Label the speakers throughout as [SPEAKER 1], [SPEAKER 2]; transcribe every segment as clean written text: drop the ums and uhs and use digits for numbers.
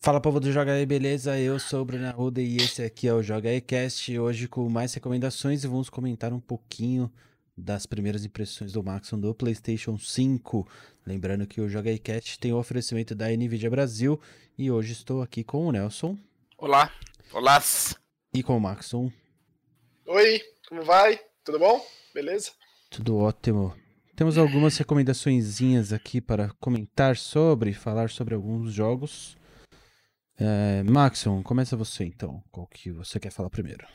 [SPEAKER 1] Fala, povo do Joga aí, beleza? Eu sou o Bruno Arruda e esse aqui é o Joga aí Cast, hoje com mais recomendações e vamos comentar um pouquinho das primeiras impressões do Maxon do PlayStation 5. Lembrando que o Joga aí Cast tem o oferecimento da NVIDIA Brasil e hoje estou aqui com o Nelson
[SPEAKER 2] Olá, olá.
[SPEAKER 1] e com o Maxon.
[SPEAKER 3] Oi, como vai? Tudo bom? Beleza?
[SPEAKER 1] Tudo ótimo. Temos algumas recomendaçõezinhas aqui para comentar sobre, falar sobre alguns jogos. Maxon, começa você então. Qual que você quer falar primeiro?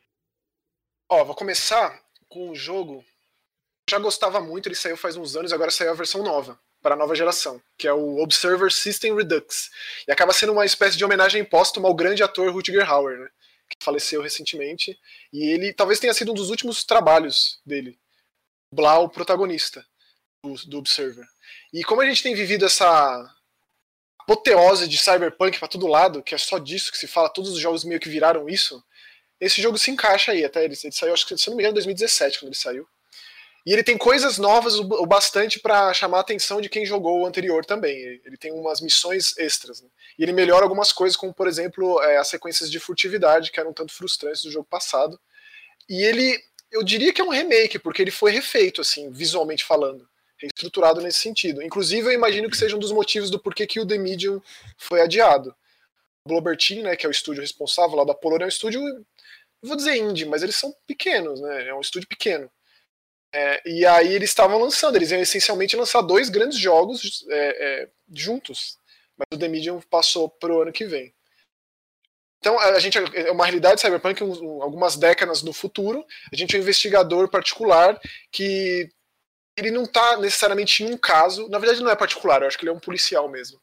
[SPEAKER 3] Vou começar com um jogo. Eu já gostava muito, ele saiu faz uns anos, agora saiu a versão nova, para a nova geração, que é o Observer System Redux. E acaba sendo uma espécie de homenagem póstuma ao grande ator Rutger Hauer, né, que faleceu recentemente. E ele talvez tenha sido um dos últimos trabalhos dele, dublar o protagonista do Observer. E como a gente tem vivido essa apoteose de cyberpunk para todo lado, que é só disso que se fala, todos os jogos meio que viraram isso, esse jogo se encaixa aí. Até ele saiu, acho que, se não me engano, em 2017, quando ele saiu. E ele tem coisas novas o bastante para chamar a atenção de quem jogou o anterior também. Ele tem umas missões extras, né? E ele melhora algumas coisas, como, por exemplo, as sequências de furtividade, que eram tanto frustrantes do jogo passado. E ele, eu diria que é um remake, porque ele foi refeito, assim, visualmente falando. Reestruturado nesse sentido. Inclusive, eu imagino que seja um dos motivos do porquê que o The Medium foi adiado. O Bloober Team, né, que é o estúdio responsável lá da Polônia, é um estúdio, não vou dizer indie, mas eles são pequenos, né? É um estúdio pequeno. E aí eles estavam lançando, eles iam essencialmente lançar dois grandes jogos juntos. Mas o The Medium passou pro ano que vem. Então, a gente é uma realidade cyberpunk algumas décadas no futuro. A gente é um investigador particular que ele não está necessariamente em um caso. Na verdade, não é particular, eu acho que ele é um policial mesmo.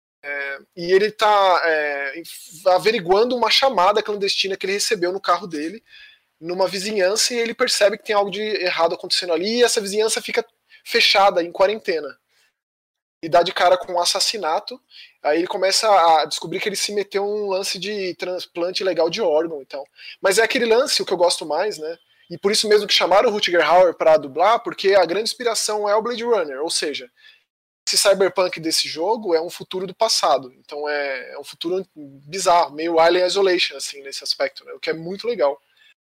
[SPEAKER 3] E ele está averiguando uma chamada clandestina que ele recebeu no carro dele, numa vizinhança, e ele percebe que tem algo de errado acontecendo ali, e essa vizinhança fica fechada, em quarentena. E dá de cara com um assassinato, aí ele começa a descobrir que ele se meteu num lance de transplante legal de órgão e tal. Mas é aquele lance, o que eu gosto mais, né? E por isso mesmo que chamaram o Rutger Hauer para dublar, porque a grande inspiração é o Blade Runner, ou seja, esse cyberpunk desse jogo é um futuro do passado. Então é um futuro bizarro, meio Alien Isolation, assim, nesse aspecto, né? O que é muito legal.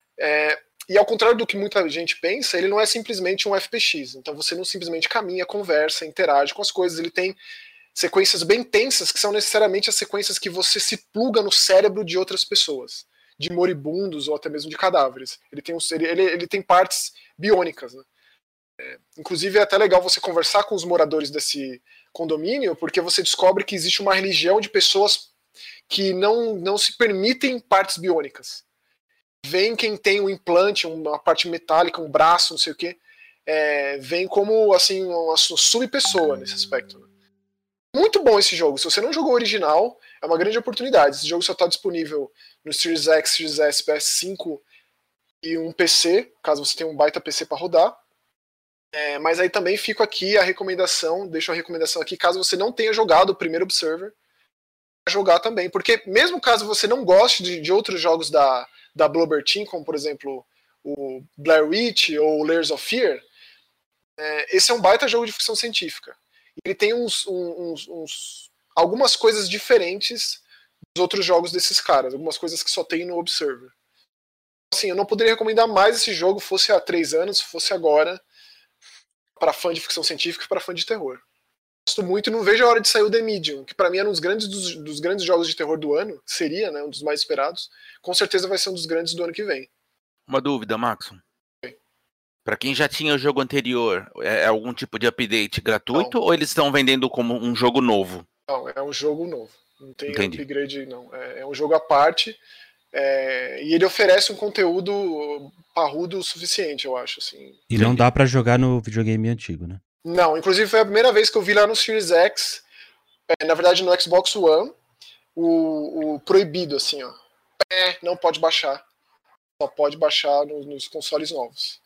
[SPEAKER 3] E ao contrário do que muita gente pensa, ele não é simplesmente um FPX. Então você não simplesmente caminha, conversa, interage com as coisas. Ele tem sequências bem tensas, que são necessariamente as sequências que você se pluga no cérebro de outras pessoas, de moribundos ou até mesmo de cadáveres. Ele tem partes biônicas, né? Inclusive é até legal você conversar com os moradores desse condomínio, porque você descobre que existe uma religião de pessoas que não se permitem partes biônicas. Vem quem tem um implante, uma parte metálica, um braço, não sei o que, vem como assim uma subpessoa nesse aspecto. Né? Muito bom esse jogo. Se você não jogou o original, é uma grande oportunidade. Esse jogo só está disponível no Series X, Series S, PS5 e um PC, caso você tenha um baita PC para rodar. Mas aí também fico aqui a recomendação, deixo a recomendação aqui, caso você não tenha jogado o primeiro Observer, jogar também, porque mesmo caso você não goste de outros jogos da Bloober Team, como por exemplo o Blair Witch ou Layers of Fear, esse é um baita jogo de ficção científica. Ele tem algumas coisas diferentes dos outros jogos desses caras, algumas coisas que só tem no Observer. Assim, eu não poderia recomendar mais esse jogo, fosse há 3 anos, fosse agora, para fã de ficção científica e para fã de terror. Gosto muito e não vejo a hora de sair o The Medium, que para mim era um dos grandes jogos de terror do ano, seria, né, um dos mais esperados. Com certeza vai ser um dos grandes do ano que vem.
[SPEAKER 2] Uma dúvida, Maxon. Para quem já tinha o jogo anterior, é algum tipo de update gratuito ou eles estão vendendo como um jogo novo?
[SPEAKER 3] Não, é um jogo novo. Não tem
[SPEAKER 2] Entendi.
[SPEAKER 3] upgrade, não. É um jogo à parte. E ele oferece um conteúdo parrudo o suficiente, eu acho. Assim.
[SPEAKER 1] E não dá pra jogar no videogame antigo, né?
[SPEAKER 3] Não, inclusive foi a primeira vez que eu vi lá no Series X, na verdade no Xbox One, o proibido, assim, ó. Não pode baixar. Só pode baixar nos consoles novos.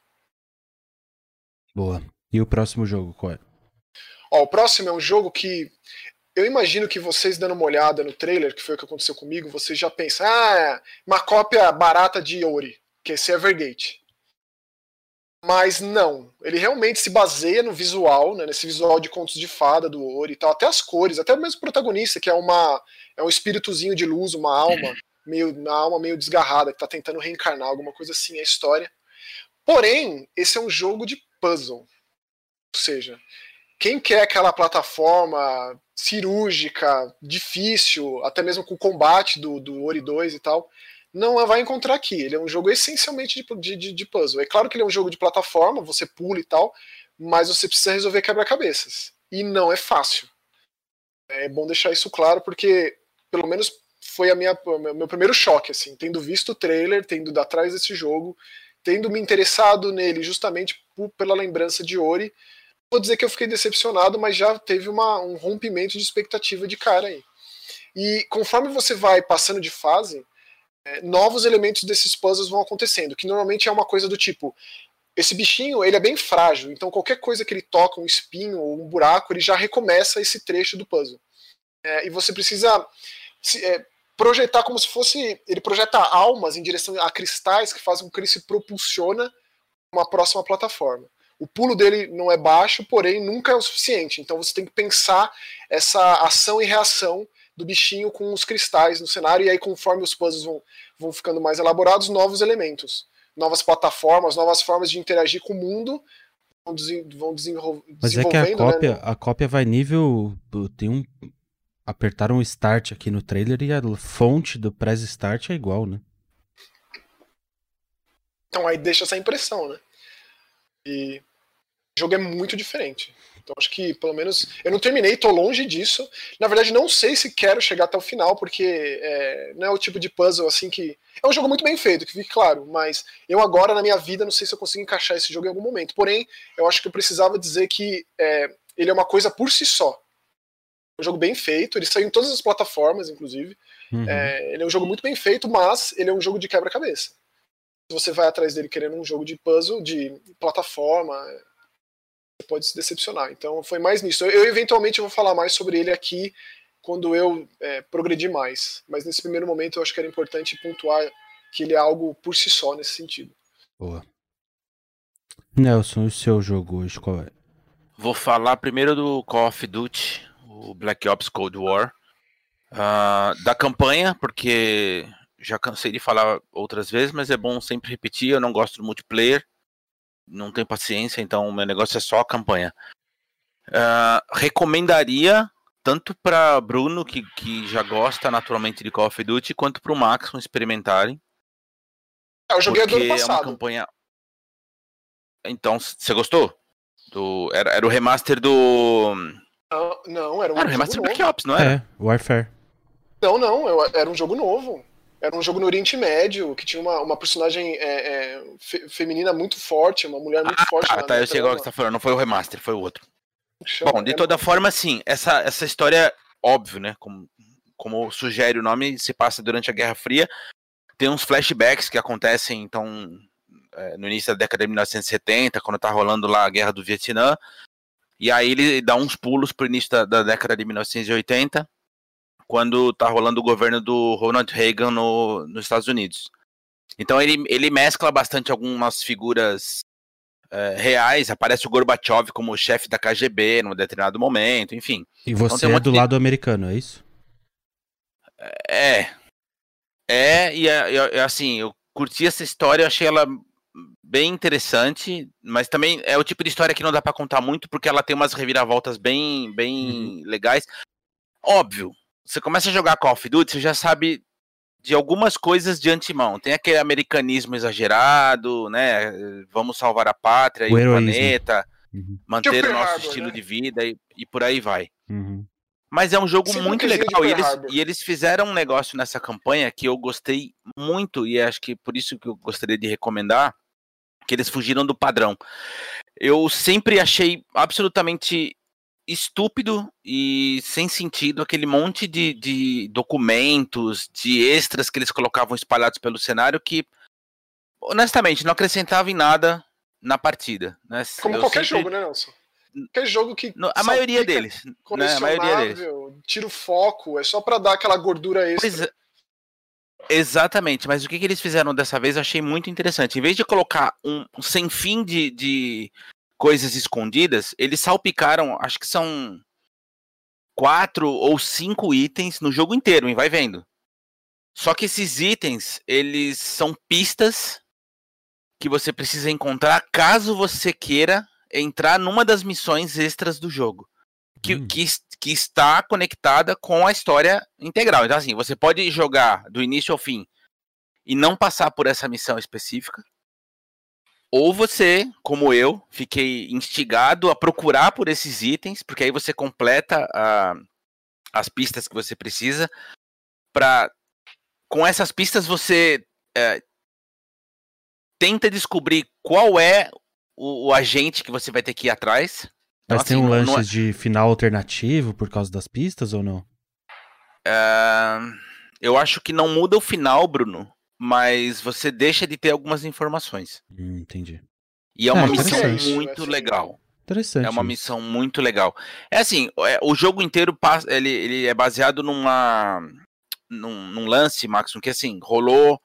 [SPEAKER 1] Boa. E o próximo jogo, qual é?
[SPEAKER 3] O próximo é um jogo que eu imagino que vocês dando uma olhada no trailer, que foi o que aconteceu comigo, vocês já pensam, uma cópia barata de Ori, que é esse Evergate. Mas não, ele realmente se baseia no visual, né, nesse visual de contos de fada do Ori e tal, até as cores, até o mesmo protagonista, que é um espíritozinho de luz, uma alma meio desgarrada, que tá tentando reencarnar, alguma coisa assim, é a história. Porém, esse é um jogo de puzzle. Ou seja, quem quer aquela plataforma cirúrgica, difícil, até mesmo com o combate do Ori 2 e tal, não vai encontrar aqui. Ele é um jogo essencialmente de puzzle. É claro que ele é um jogo de plataforma, você pula e tal, mas você precisa resolver quebra-cabeças. E não é fácil. É bom deixar isso claro, porque pelo menos foi meu primeiro choque, assim, tendo visto o trailer, tendo ido atrás desse jogo, tendo me interessado nele justamente pela lembrança de Ori. Vou dizer que eu fiquei decepcionado, mas já teve um rompimento de expectativa de cara aí. E conforme você vai passando de fase, novos elementos desses puzzles vão acontecendo, que normalmente é uma coisa do tipo, esse bichinho ele é bem frágil, então qualquer coisa que ele toca, um espinho ou um buraco, ele já recomeça esse trecho do puzzle. E você precisa projetar como se fosse, ele projeta almas em direção a cristais que fazem com que ele se propulsiona para uma próxima plataforma. O pulo dele não é baixo, porém nunca é o suficiente, então você tem que pensar essa ação e reação do bichinho com os cristais no cenário, e aí conforme os puzzles vão ficando mais elaborados, novos elementos, novas plataformas, novas formas de interagir com o mundo vão desenvolvendo.
[SPEAKER 1] Mas é que a cópia vai nível... Apertaram o start aqui no trailer e a fonte do press start é igual, né?
[SPEAKER 3] Então aí deixa essa impressão, né? E o jogo é muito diferente. Então acho que, pelo menos, eu não terminei, tô longe disso. Na verdade, não sei se quero chegar até o final, porque não é o tipo de puzzle assim que... É um jogo muito bem feito, que fique claro, mas eu agora, na minha vida, não sei se eu consigo encaixar esse jogo em algum momento. Porém, eu acho que eu precisava dizer que ele é uma coisa por si só. É um jogo bem feito, ele saiu em todas as plataformas, inclusive.
[SPEAKER 1] Uhum.
[SPEAKER 3] Ele é um jogo muito bem feito, mas ele é um jogo de quebra-cabeça. Se você vai atrás dele querendo um jogo de puzzle, de plataforma... você pode se decepcionar. Então foi mais nisso. Eu eventualmente vou falar mais sobre ele aqui quando eu progredir mais. Mas nesse primeiro momento eu acho que era importante pontuar que ele é algo por si só nesse sentido.
[SPEAKER 1] Boa. Nelson, o seu jogo hoje qual é?
[SPEAKER 2] Vou falar primeiro do Call of Duty, o Black Ops Cold War. Da campanha, porque já cansei de falar outras vezes, mas é bom sempre repetir. Eu não gosto do multiplayer. Não tenho paciência, então o meu negócio é só a campanha. Recomendaria tanto para Bruno, que já gosta naturalmente de Call of Duty, quanto para o Maxon experimentarem.
[SPEAKER 3] Eu joguei do ano passado.
[SPEAKER 2] É uma campanha... Então, você gostou? Era o remaster do...
[SPEAKER 3] Não, era um
[SPEAKER 2] remaster do
[SPEAKER 3] novo.
[SPEAKER 2] Black Ops, não era?
[SPEAKER 1] Warfare.
[SPEAKER 3] Não, era um jogo novo. Era um jogo no Oriente Médio, que tinha uma personagem feminina muito forte, uma mulher muito forte.
[SPEAKER 2] Tá, eu sei qual que você tá falando, não foi o remaster, foi o outro. Bom, de toda forma, sim, essa história, óbvio, né, como sugere o nome, se passa durante a Guerra Fria, tem uns flashbacks que acontecem, então, no início da década de 1970, quando tá rolando lá a Guerra do Vietnã, e aí ele dá uns pulos pro início da década de 1980, quando tá rolando o governo do Ronald Reagan nos Estados Unidos. Então ele mescla bastante algumas figuras reais, aparece o Gorbachev como chefe da KGB num determinado momento, enfim.
[SPEAKER 1] E você então, do lado americano, é isso?
[SPEAKER 2] E assim, eu curti essa história, eu achei ela bem interessante, mas também é o tipo de história que não dá pra contar muito, porque ela tem umas reviravoltas bem legais. Óbvio, você começa a jogar Call of Duty, você já sabe de algumas coisas de antemão. Tem aquele americanismo exagerado, né? Vamos salvar a pátria e o planeta, manter o nosso estilo de vida e por aí vai. Mas é um jogo muito legal e eles fizeram um negócio nessa campanha que eu gostei muito e acho que por isso que eu gostaria de recomendar, que eles fugiram do padrão. Eu sempre achei absolutamente estúpido e sem sentido aquele monte de documentos, de extras que eles colocavam espalhados pelo cenário que, honestamente, não acrescentava em nada na partida. Né?
[SPEAKER 3] Como qualquer jogo, né, Nelson? Qualquer jogo que...
[SPEAKER 2] A maioria deles.
[SPEAKER 3] Colecionável, tira o foco, é só pra dar aquela gordura extra.
[SPEAKER 2] Exatamente, mas o que eles fizeram dessa vez eu achei muito interessante. Em vez de colocar um sem fim de coisas escondidas, eles salpicaram, acho que são 4 ou 5 itens no jogo inteiro, e vai vendo. Só que esses itens, eles são pistas que você precisa encontrar caso você queira entrar numa das missões extras do jogo. Que está conectada com a história integral. Então, assim, você pode jogar do início ao fim e não passar por essa missão específica. Ou você, como eu, fiquei instigado a procurar por esses itens, porque aí você completa as pistas que você precisa. Com essas pistas, você tenta descobrir qual é o agente que você vai ter que ir atrás.
[SPEAKER 1] Mas
[SPEAKER 2] então,
[SPEAKER 1] tem
[SPEAKER 2] assim,
[SPEAKER 1] um lance de final alternativo por causa das pistas ou não?
[SPEAKER 2] Eu acho que não muda o final, Bruno, mas você deixa de ter algumas informações.
[SPEAKER 1] Entendi.
[SPEAKER 2] E é uma missão muito legal.
[SPEAKER 1] Interessante.
[SPEAKER 2] É uma missão muito legal. É assim, o jogo inteiro ele é baseado num lance, Maxon, que assim, rolou.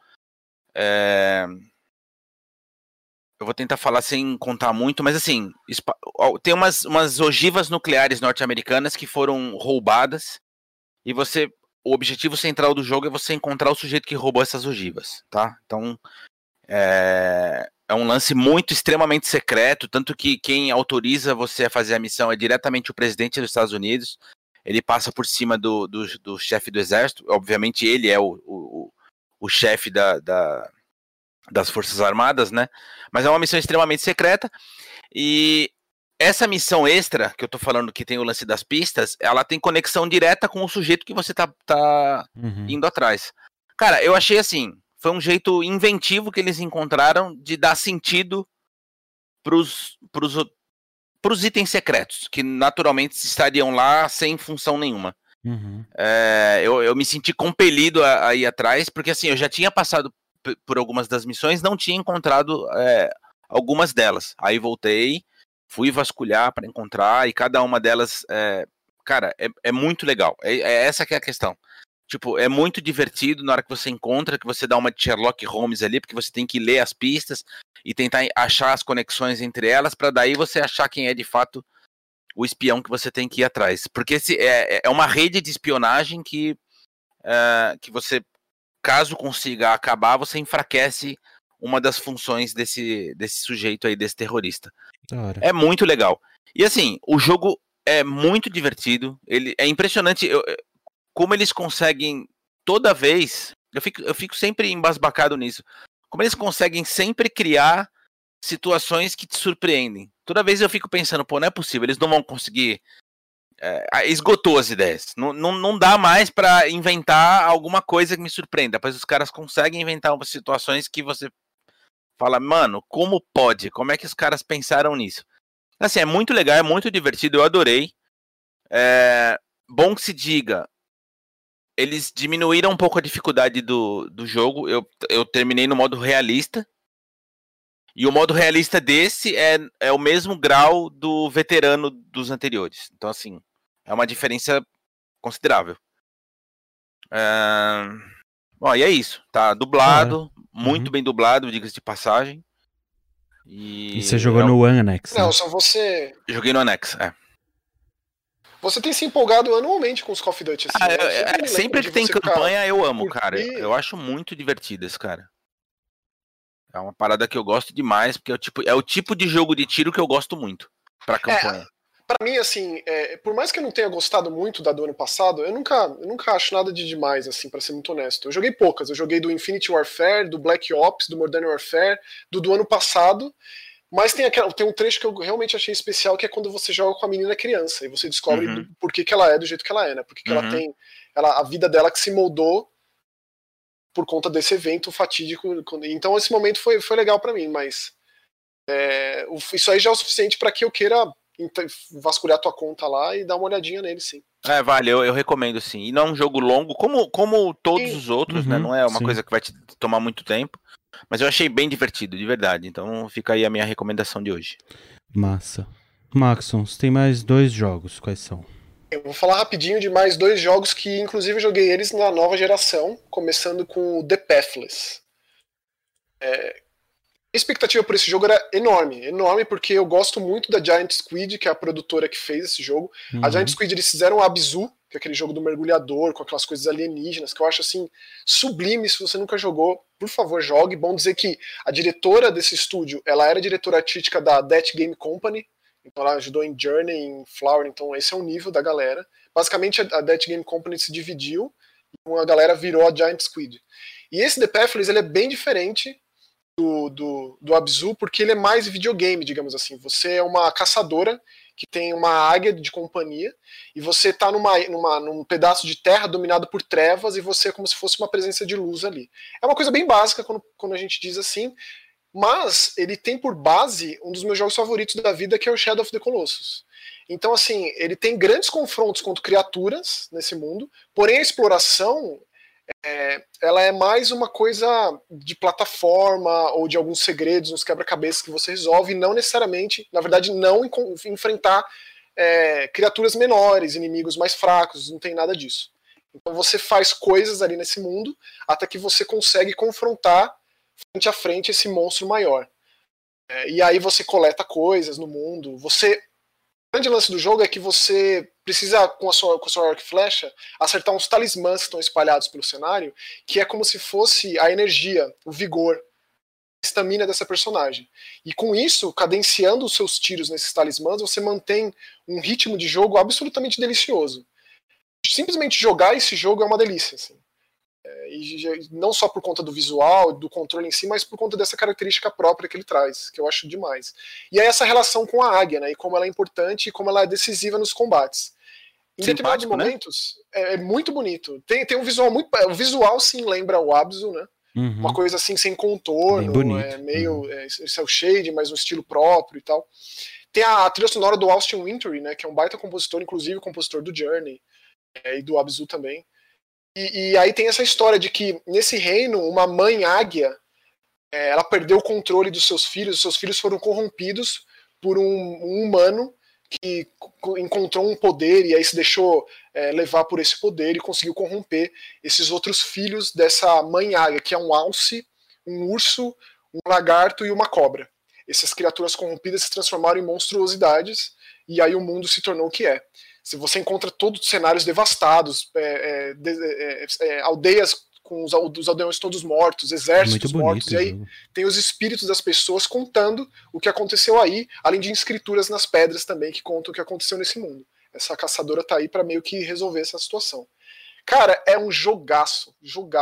[SPEAKER 2] Eu vou tentar falar sem contar muito, mas assim, tem umas ogivas nucleares norte-americanas que foram roubadas e o objetivo central do jogo é você encontrar o sujeito que roubou essas ogivas, tá? Então, é um lance extremamente secreto, tanto que quem autoriza você a fazer a missão é diretamente o presidente dos Estados Unidos. Ele passa por cima do chefe do exército, obviamente ele é o chefe das Forças Armadas, né? Mas é uma missão extremamente secreta. E essa missão extra, que eu tô falando que tem o lance das pistas, ela tem conexão direta com o sujeito que você tá indo atrás. Cara, eu achei assim, foi um jeito inventivo que eles encontraram de dar sentido pros itens secretos, que naturalmente estariam lá sem função nenhuma. Eu me senti compelido a ir atrás, porque assim, eu já tinha passado por algumas das missões, não tinha encontrado algumas delas. Aí voltei, fui vasculhar para encontrar, e cada uma delas, cara, é muito legal. Essa que é a questão. Tipo, é muito divertido na hora que você encontra, que você dá uma de Sherlock Holmes ali, porque você tem que ler as pistas e tentar achar as conexões entre elas, para daí você achar quem é de fato o espião que você tem que ir atrás. Porque é uma rede de espionagem que você, caso consiga acabar, você enfraquece uma das funções desse sujeito aí, desse terrorista. É muito legal. E assim, o jogo é muito divertido. Ele é impressionante como eles conseguem toda vez. Eu fico sempre embasbacado nisso. Como eles conseguem sempre criar situações que te surpreendem. Toda vez eu fico pensando, pô, não é possível, eles não vão conseguir. Esgotou as ideias. Não dá mais pra inventar alguma coisa que me surpreenda. Pois os caras conseguem inventar umas situações que você fala, mano, como pode? Como é que os caras pensaram nisso? Assim, é muito legal, é muito divertido, eu adorei. Bom que se diga, eles diminuíram um pouco a dificuldade do jogo. Eu terminei no modo realista. E o modo realista desse é o mesmo grau do veterano dos anteriores. Então, assim, é uma diferença considerável. Bom, e é isso. Tá dublado, muito bem dublado, diga-se de passagem.
[SPEAKER 1] E você jogou no One Annex?
[SPEAKER 3] Não, só você...
[SPEAKER 2] Joguei no Annex,
[SPEAKER 3] Você tem se empolgado anualmente com os Call of Duty, assim,
[SPEAKER 2] sempre que tem campanha, eu amo, cara. Eu acho muito divertidas, cara. É uma parada que eu gosto demais, porque é o tipo de jogo de tiro que eu gosto muito pra campanha.
[SPEAKER 3] Pra mim, assim, por mais que eu não tenha gostado muito da do ano passado, eu nunca acho nada de demais, assim, pra ser muito honesto. Eu joguei poucas. Eu joguei do Infinite Warfare, do Black Ops, do Modern Warfare, do ano passado. Mas tem um trecho que eu realmente achei especial, que é quando você joga com a menina criança e você descobre por que ela é do jeito que ela é, né? Porque que ela tem a vida dela que se moldou por conta desse evento fatídico. Então esse momento foi legal pra mim, mas isso aí já é o suficiente pra que eu queira vasculhar tua conta lá e dar uma olhadinha nele, sim.
[SPEAKER 2] Vale, eu recomendo, sim. E não é um jogo longo, como todos os outros, né? Não é uma coisa que vai te tomar muito tempo. Mas eu achei bem divertido, de verdade. Então fica aí a minha recomendação de hoje.
[SPEAKER 1] Massa. Maxon, você tem mais 2 jogos. Quais são?
[SPEAKER 3] Eu vou falar rapidinho de mais 2 jogos que, inclusive, eu joguei eles na nova geração, começando com o The Pathless. A expectativa por esse jogo era enorme, enorme, porque eu gosto muito da Giant Squid, que é a produtora que fez esse jogo. A Giant Squid, eles fizeram o Abzu, que é aquele jogo do mergulhador, com aquelas coisas alienígenas, que eu acho, assim, sublime. Se você nunca jogou, por favor, jogue. Bom dizer que a diretora desse estúdio, ela era diretora artística da That Game Company, então ela ajudou em Journey, em Flower, então esse é o nível da galera. Basicamente, a That Game Company se dividiu, e uma galera virou a Giant Squid. E esse The Pathless, ele é bem diferente do Abzu, porque ele é mais videogame, digamos assim. Você é uma caçadora que tem uma águia de companhia e você está num pedaço de terra dominado por trevas e você é como se fosse uma presença de luz ali. É uma coisa bem básica quando a gente diz assim, mas ele tem por base um dos meus jogos favoritos da vida, que é o Shadow of the Colossus. Então, assim, ele tem grandes confrontos contra criaturas nesse mundo, porém a exploração ela é mais uma coisa de plataforma ou de alguns segredos, uns quebra-cabeças que você resolve, e não necessariamente, na verdade, não enfrentar criaturas menores, inimigos mais fracos, não tem nada disso. Então você faz coisas ali nesse mundo até que você consegue confrontar frente a frente esse monstro maior. E aí você coleta coisas no mundo, o grande lance do jogo é que você precisa, com a sua arco e flecha, acertar uns talismãs que estão espalhados pelo cenário, que é como se fosse a energia, o vigor, a estamina dessa personagem. E com isso, cadenciando os seus tiros nesses talismãs, você mantém um ritmo de jogo absolutamente delicioso. Simplesmente jogar esse jogo é uma delícia, assim. E não só por conta do visual, do controle em si, mas por conta dessa característica própria que ele traz, que eu acho demais. E é essa relação com a águia, né, e como ela é importante e como ela é decisiva nos combates. Em determinados momentos, né? É muito bonito. Tem um visual muito... O visual, sim, lembra o Abzu, né? Uma coisa assim, sem contorno, meio cel shade, mas um estilo próprio e tal. Tem a trilha sonora do Austin Wintory, né, que é um baita compositor, inclusive compositor do Journey, e do Abzu também. E aí tem essa história de que nesse reino uma mãe águia ela perdeu o controle dos seus filhos, os seus filhos foram corrompidos por um humano que encontrou um poder e aí se deixou levar por esse poder e conseguiu corromper esses outros filhos dessa mãe águia, que é um alce, um urso, um lagarto e uma cobra. Essas criaturas corrompidas se transformaram em monstruosidades e aí o mundo se tornou o que é. Se você encontra todos os cenários devastados, aldeias com os aldeões todos mortos, exércitos mortos, e aí tem os espíritos das pessoas contando o que aconteceu aí, além de inscrituras nas pedras também que contam o que aconteceu nesse mundo. Essa caçadora tá aí para meio que resolver essa situação. Cara, é um jogaço.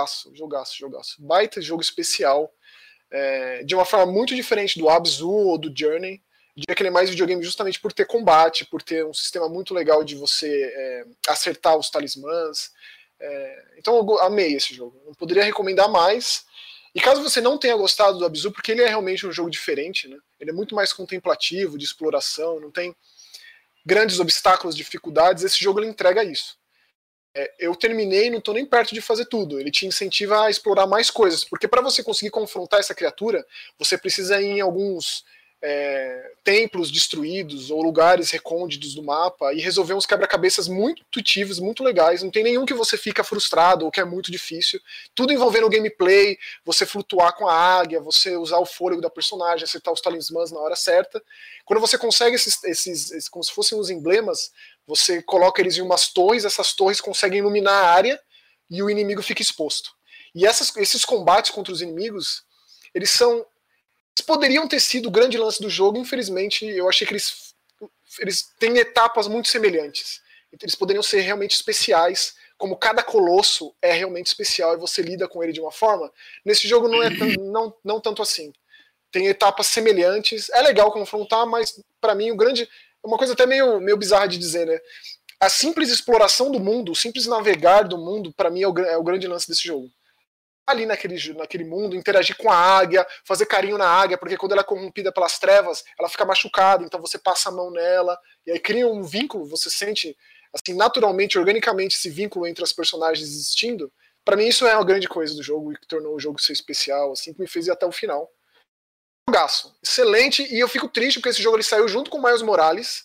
[SPEAKER 3] Baita jogo especial, de uma forma muito diferente do Abzu ou do Journey. Eu diria que ele é mais videogame justamente por ter combate, por ter um sistema muito legal de você acertar os talismãs. Então eu amei esse jogo. Não poderia recomendar mais. E caso você não tenha gostado do Abzu, porque ele é realmente um jogo diferente, né? Ele é muito mais contemplativo, de exploração, não tem grandes obstáculos, dificuldades, esse jogo ele entrega isso. Eu terminei e não estou nem perto de fazer tudo. Ele te incentiva a explorar mais coisas, porque para você conseguir confrontar essa criatura, você precisa ir em alguns templos destruídos ou lugares recônditos do mapa e resolver uns quebra-cabeças muito intuitivos, muito legais. Não tem nenhum que você fica frustrado ou que é muito difícil. Tudo envolvendo o gameplay, você flutuar com a águia, você usar o fôlego da personagem, acertar os talismãs na hora certa. Quando você consegue esses como se fossem os emblemas, você coloca eles em umas torres, essas torres conseguem iluminar a área e o inimigo fica exposto. E esses combates contra os inimigos, eles poderiam ter sido o grande lance do jogo, infelizmente eu achei que eles têm etapas muito semelhantes. Eles poderiam ser realmente especiais, como cada colosso é realmente especial e você lida com ele de uma forma. Nesse jogo não é não tanto assim. Tem etapas semelhantes, é legal confrontar, mas para mim uma coisa até meio bizarra de dizer, né? A simples exploração do mundo, o simples navegar do mundo, para mim é o grande lance desse jogo. Ali naquele mundo, interagir com a águia, fazer carinho na águia, porque quando ela é corrompida pelas trevas, ela fica machucada, então você passa a mão nela, e aí cria um vínculo, você sente, assim, naturalmente, organicamente, esse vínculo entre as personagens existindo. Para mim isso é uma grande coisa do jogo, e que tornou o jogo ser especial, assim, que me fez ir até o final. Jogaço, excelente, e eu fico triste porque esse jogo ele saiu junto com o Miles Morales.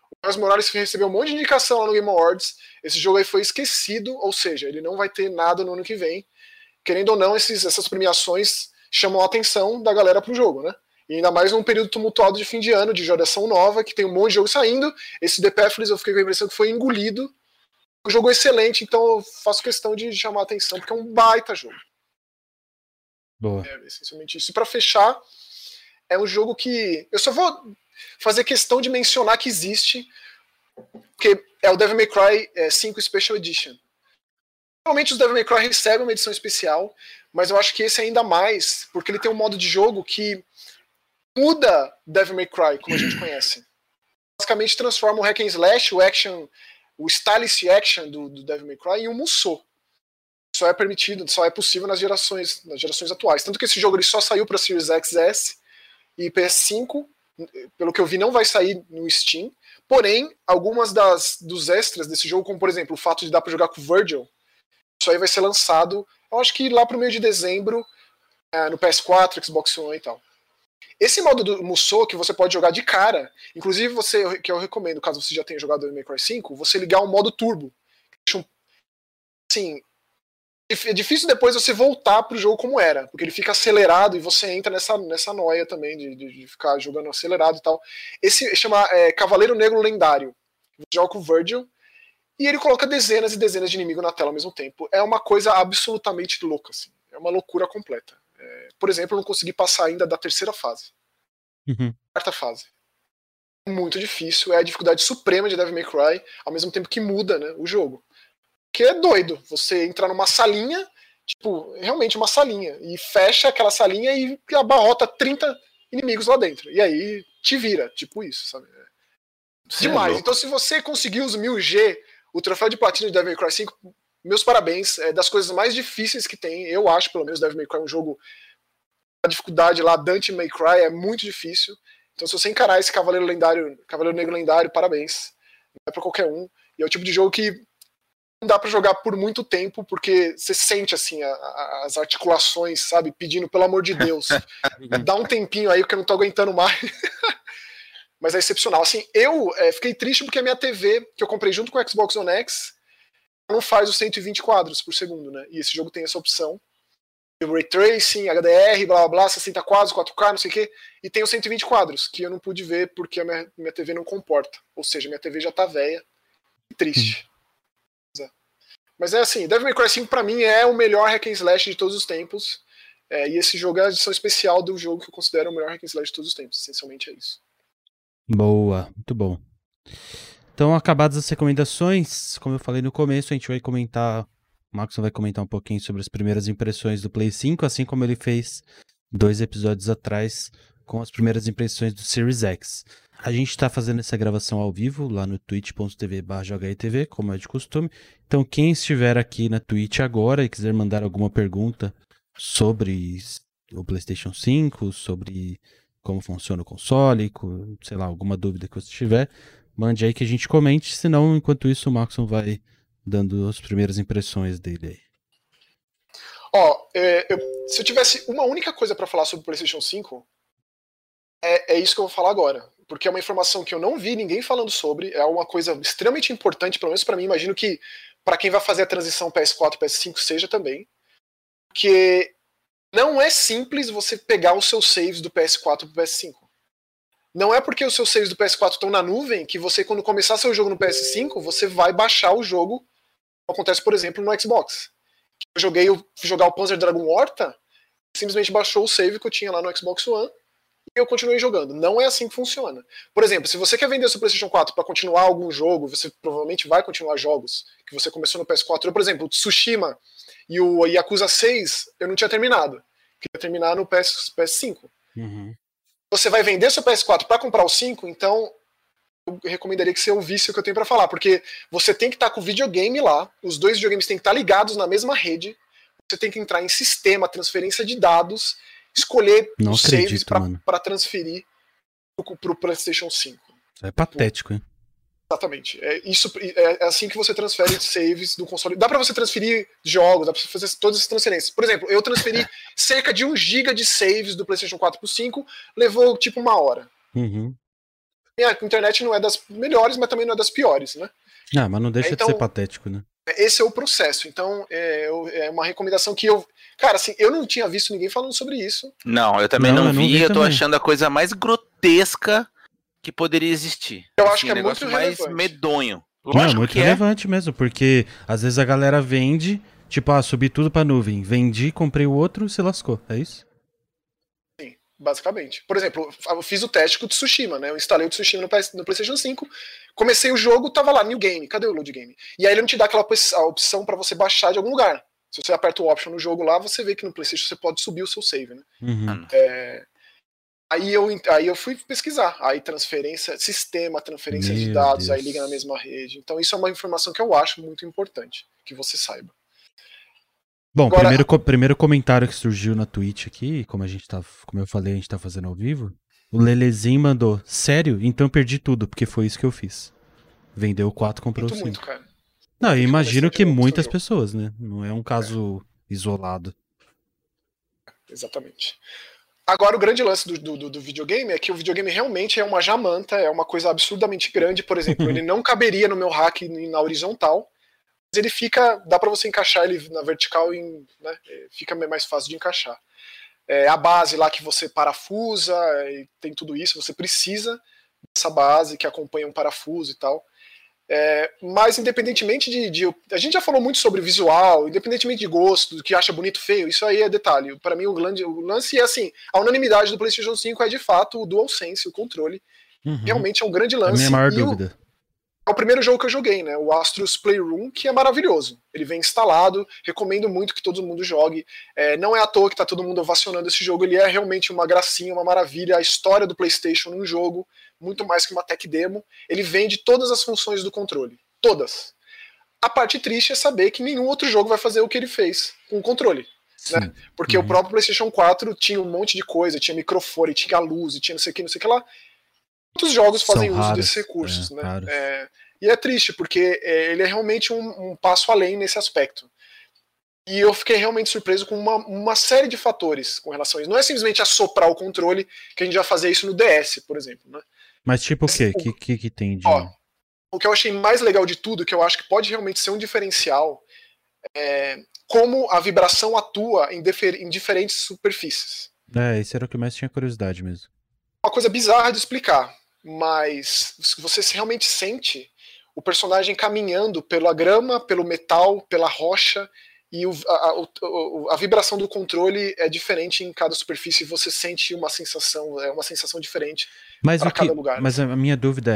[SPEAKER 3] O Miles Morales recebeu um monte de indicação lá no Game Awards. Esse jogo aí foi esquecido, ou seja, ele não vai ter nada no ano que vem. Querendo ou não, essas premiações chamam a atenção da galera pro jogo, né? E ainda mais num período tumultuado de fim de ano, de geração nova, que tem um monte de jogo saindo. Esse The Pathless eu fiquei com a impressão que foi engolido. Um jogo excelente, então eu faço questão de chamar a atenção, porque é um baita jogo.
[SPEAKER 1] Boa.
[SPEAKER 3] É essencialmente isso. E pra fechar, é um jogo que eu só vou fazer questão de mencionar que existe, porque é o Devil May Cry 5 Special Edition. Normalmente os Devil May Cry recebem uma edição especial, mas eu acho que esse ainda mais, porque ele tem um modo de jogo que muda Devil May Cry, como a gente conhece. Basicamente transforma o hack and slash, o action, o stylist action do Devil May Cry em um Musou. Só é permitido, só é possível nas gerações atuais. Tanto que esse jogo ele só saiu para Series XS e PS5, pelo que eu vi não vai sair no Steam. Porém, algumas dos extras desse jogo, como por exemplo o fato de dar para jogar com o Virgil, isso aí vai ser lançado, eu acho que lá pro meio de dezembro, no PS4, Xbox One e tal. Esse modo do Musou, que você pode jogar de cara, inclusive você, que eu recomendo, caso você já tenha jogado Devil May Cry 5, você ligar o modo turbo. Assim, é difícil depois você voltar pro jogo como era, porque ele fica acelerado e você entra nessa noia também de ficar jogando acelerado e tal. Esse chama Cavaleiro Negro Lendário. Você joga com o Virgil e ele coloca dezenas e dezenas de inimigos na tela ao mesmo tempo. É uma coisa absolutamente louca, assim. É uma loucura completa. Por exemplo, eu não consegui passar ainda da terceira fase. Quarta fase. Muito difícil, é a dificuldade suprema de Devil May Cry, ao mesmo tempo que muda, né, o jogo. Que é doido, você entrar numa salinha, tipo, realmente uma salinha, e fecha aquela salinha e abarrota 30 inimigos lá dentro. E aí te vira, tipo isso, sabe? Demais. Então se você conseguir os 1000G, o troféu de platina de Devil May Cry 5, meus parabéns, é das coisas mais difíceis que tem, eu acho, pelo menos, Devil May Cry é um jogo, a dificuldade lá, Dante May Cry é muito difícil. Então se você encarar esse Cavaleiro Negro Lendário, parabéns. Não é pra qualquer um. E é o tipo de jogo que não dá pra jogar por muito tempo, porque você sente, assim, as articulações, sabe, pedindo, pelo amor de Deus, dá um tempinho aí que eu não tô aguentando mais. Mas é excepcional. Assim, eu fiquei triste porque a minha TV, que eu comprei junto com o Xbox One X, não faz os 120 quadros por segundo, né? E esse jogo tem essa opção. Ray Tracing, HDR, blá blá blá, 60 quadros, 4K, não sei o quê. E tem os 120 quadros, que eu não pude ver porque a minha TV não comporta. Ou seja, minha TV já tá velha. Triste. Mas é assim, Devil May Cry 5 pra mim é o melhor hack and slash de todos os tempos. E esse jogo é a edição especial do jogo que eu considero o melhor hack and slash de todos os tempos. Essencialmente é isso.
[SPEAKER 1] Boa, muito bom. Então, acabadas as recomendações, como eu falei no começo, a gente vai comentar, o Maxon vai comentar um pouquinho sobre as primeiras impressões do Play 5, assim como ele fez 2 episódios atrás com as primeiras impressões do Series X. A gente está fazendo essa gravação ao vivo lá no twitch.tv/jogaetv, como é de costume. Então, quem estiver aqui na Twitch agora e quiser mandar alguma pergunta sobre o PlayStation 5, sobre como funciona o console, sei lá, alguma dúvida que você tiver, mande aí que a gente comente. Senão, enquanto isso, o Maxon vai dando as primeiras impressões dele aí.
[SPEAKER 3] Se eu tivesse uma única coisa para falar sobre o PlayStation 5, é isso que eu vou falar agora. Porque é uma informação que eu não vi ninguém falando sobre, é uma coisa extremamente importante, pelo menos para mim, imagino que para quem vai fazer a transição PS4 PS5 seja também, porque não é simples você pegar os seus saves do PS4 pro PS5. Não é porque os seus saves do PS4 estão na nuvem que você, quando começar seu jogo no PS5, você vai baixar o jogo, como acontece, por exemplo, no Xbox. Eu fui jogar o Panzer Dragon Horta, simplesmente baixou o save que eu tinha lá no Xbox One, e eu continuei jogando. Não é assim que funciona. Por exemplo, se você quer vender o seu PlayStation 4 para continuar algum jogo, você provavelmente vai continuar jogos que você começou no PS4. Eu, por exemplo, o Tsushima e o Yakuza 6, eu não tinha terminado. Eu queria terminar no PS5.
[SPEAKER 1] Uhum.
[SPEAKER 3] Você vai vender seu PS4 para comprar o 5, então eu recomendaria que você ouvisse o que eu tenho para falar, porque você tem que estar com o videogame lá, os dois videogames têm que estar ligados na mesma rede, você tem que entrar em sistema, transferência de dados, escolher os saves para transferir pro PlayStation 5.
[SPEAKER 1] Isso é patético, hein?
[SPEAKER 3] Exatamente. É assim que você transfere saves do console. Dá pra você transferir jogos, dá pra você fazer todas essas transferências. Por exemplo, eu transferi cerca de 1 GB de saves do PlayStation 4 pro 5, levou tipo 1 hora.
[SPEAKER 1] Uhum.
[SPEAKER 3] A internet não é das melhores, mas também não é das piores, né?
[SPEAKER 1] Ah, mas não deixa de ser patético, né?
[SPEAKER 3] Esse é o processo. Então, é uma recomendação que eu... Cara, assim, eu não tinha visto ninguém falando sobre isso.
[SPEAKER 2] Não, eu também não vi. Eu tô achando a coisa mais grotesca que poderia existir.
[SPEAKER 3] Eu acho que é muito
[SPEAKER 2] mais medonho.
[SPEAKER 1] Lógico, não, muito relevante mesmo, porque às vezes a galera vende, tipo, subi tudo pra nuvem. Vendi, comprei o outro, se lascou. É isso?
[SPEAKER 3] Sim, basicamente. Por exemplo, eu fiz o teste com o Tsushima, né? Eu instalei o Tsushima no PlayStation 5, comecei o jogo, tava lá, New Game, cadê o Load Game? E aí ele não te dá aquela opção pra você baixar de algum lugar. Se você aperta o option no jogo lá, você vê que no PlayStation você pode subir o seu save, né?
[SPEAKER 1] Uhum.
[SPEAKER 3] Aí eu fui pesquisar. Aí transferência de dados, aí liga na mesma rede. Então isso é uma informação que eu acho muito importante, que você saiba.
[SPEAKER 1] Bom, agora, primeiro comentário que surgiu na Twitch aqui, como eu falei, a gente tá fazendo ao vivo. O Lelezinho mandou: sério? Então eu perdi tudo, porque foi isso que eu fiz. Vendeu o 4, comprou o 5.
[SPEAKER 3] Muito, cara.
[SPEAKER 1] Não, eu imagino que muitas pessoas, né? Não é um caso isolado.
[SPEAKER 3] Exatamente. Agora, o grande lance do videogame é que o videogame realmente é uma jamanta, é uma coisa absurdamente grande. Por exemplo, ele não caberia no meu rack na horizontal, mas ele dá pra você encaixar ele na vertical, né, fica mais fácil de encaixar. A base lá que você parafusa, tem tudo isso, você precisa dessa base que acompanha um parafuso e tal. Mas independentemente a gente já falou muito sobre visual, independentemente de gosto, do que acha bonito, feio, isso aí é detalhe. Para mim o lance é assim, a unanimidade do PlayStation 5 é de fato o DualSense, o controle. Realmente é um grande lance.
[SPEAKER 1] É a minha maior dúvida.
[SPEAKER 3] É o primeiro jogo que eu joguei, né? O Astro's Playroom, que é maravilhoso. Ele vem instalado, recomendo muito que todo mundo jogue. Não é à toa que tá todo mundo ovacionando esse jogo, ele é realmente uma gracinha, uma maravilha. A história do PlayStation num jogo, muito mais que uma tech demo. Ele vende todas as funções do controle. Todas. A parte triste é saber que nenhum outro jogo vai fazer o que ele fez com o controle. Né? Porque o próprio PlayStation 4 tinha um monte de coisa, tinha microfone, tinha luz, tinha não sei o que lá. Muitos jogos fazem uso desses recursos, né? E é triste, porque ele é realmente um passo além nesse aspecto. E eu fiquei realmente surpreso com uma série de fatores com relação a isso. Não é simplesmente assoprar o controle, que a gente vai fazer isso no DS, por exemplo, né?
[SPEAKER 1] Mas tipo o quê? Que tem de...
[SPEAKER 3] O que eu achei mais legal de tudo, que eu acho que pode realmente ser um diferencial, é como a vibração atua em diferentes superfícies.
[SPEAKER 1] Esse era o que mais tinha curiosidade mesmo.
[SPEAKER 3] Uma coisa bizarra de explicar, mas você realmente sente o personagem caminhando pela grama, pelo metal, pela rocha, e a vibração do controle é diferente em cada superfície, você sente uma sensação diferente para cada lugar.
[SPEAKER 1] Mas a minha dúvida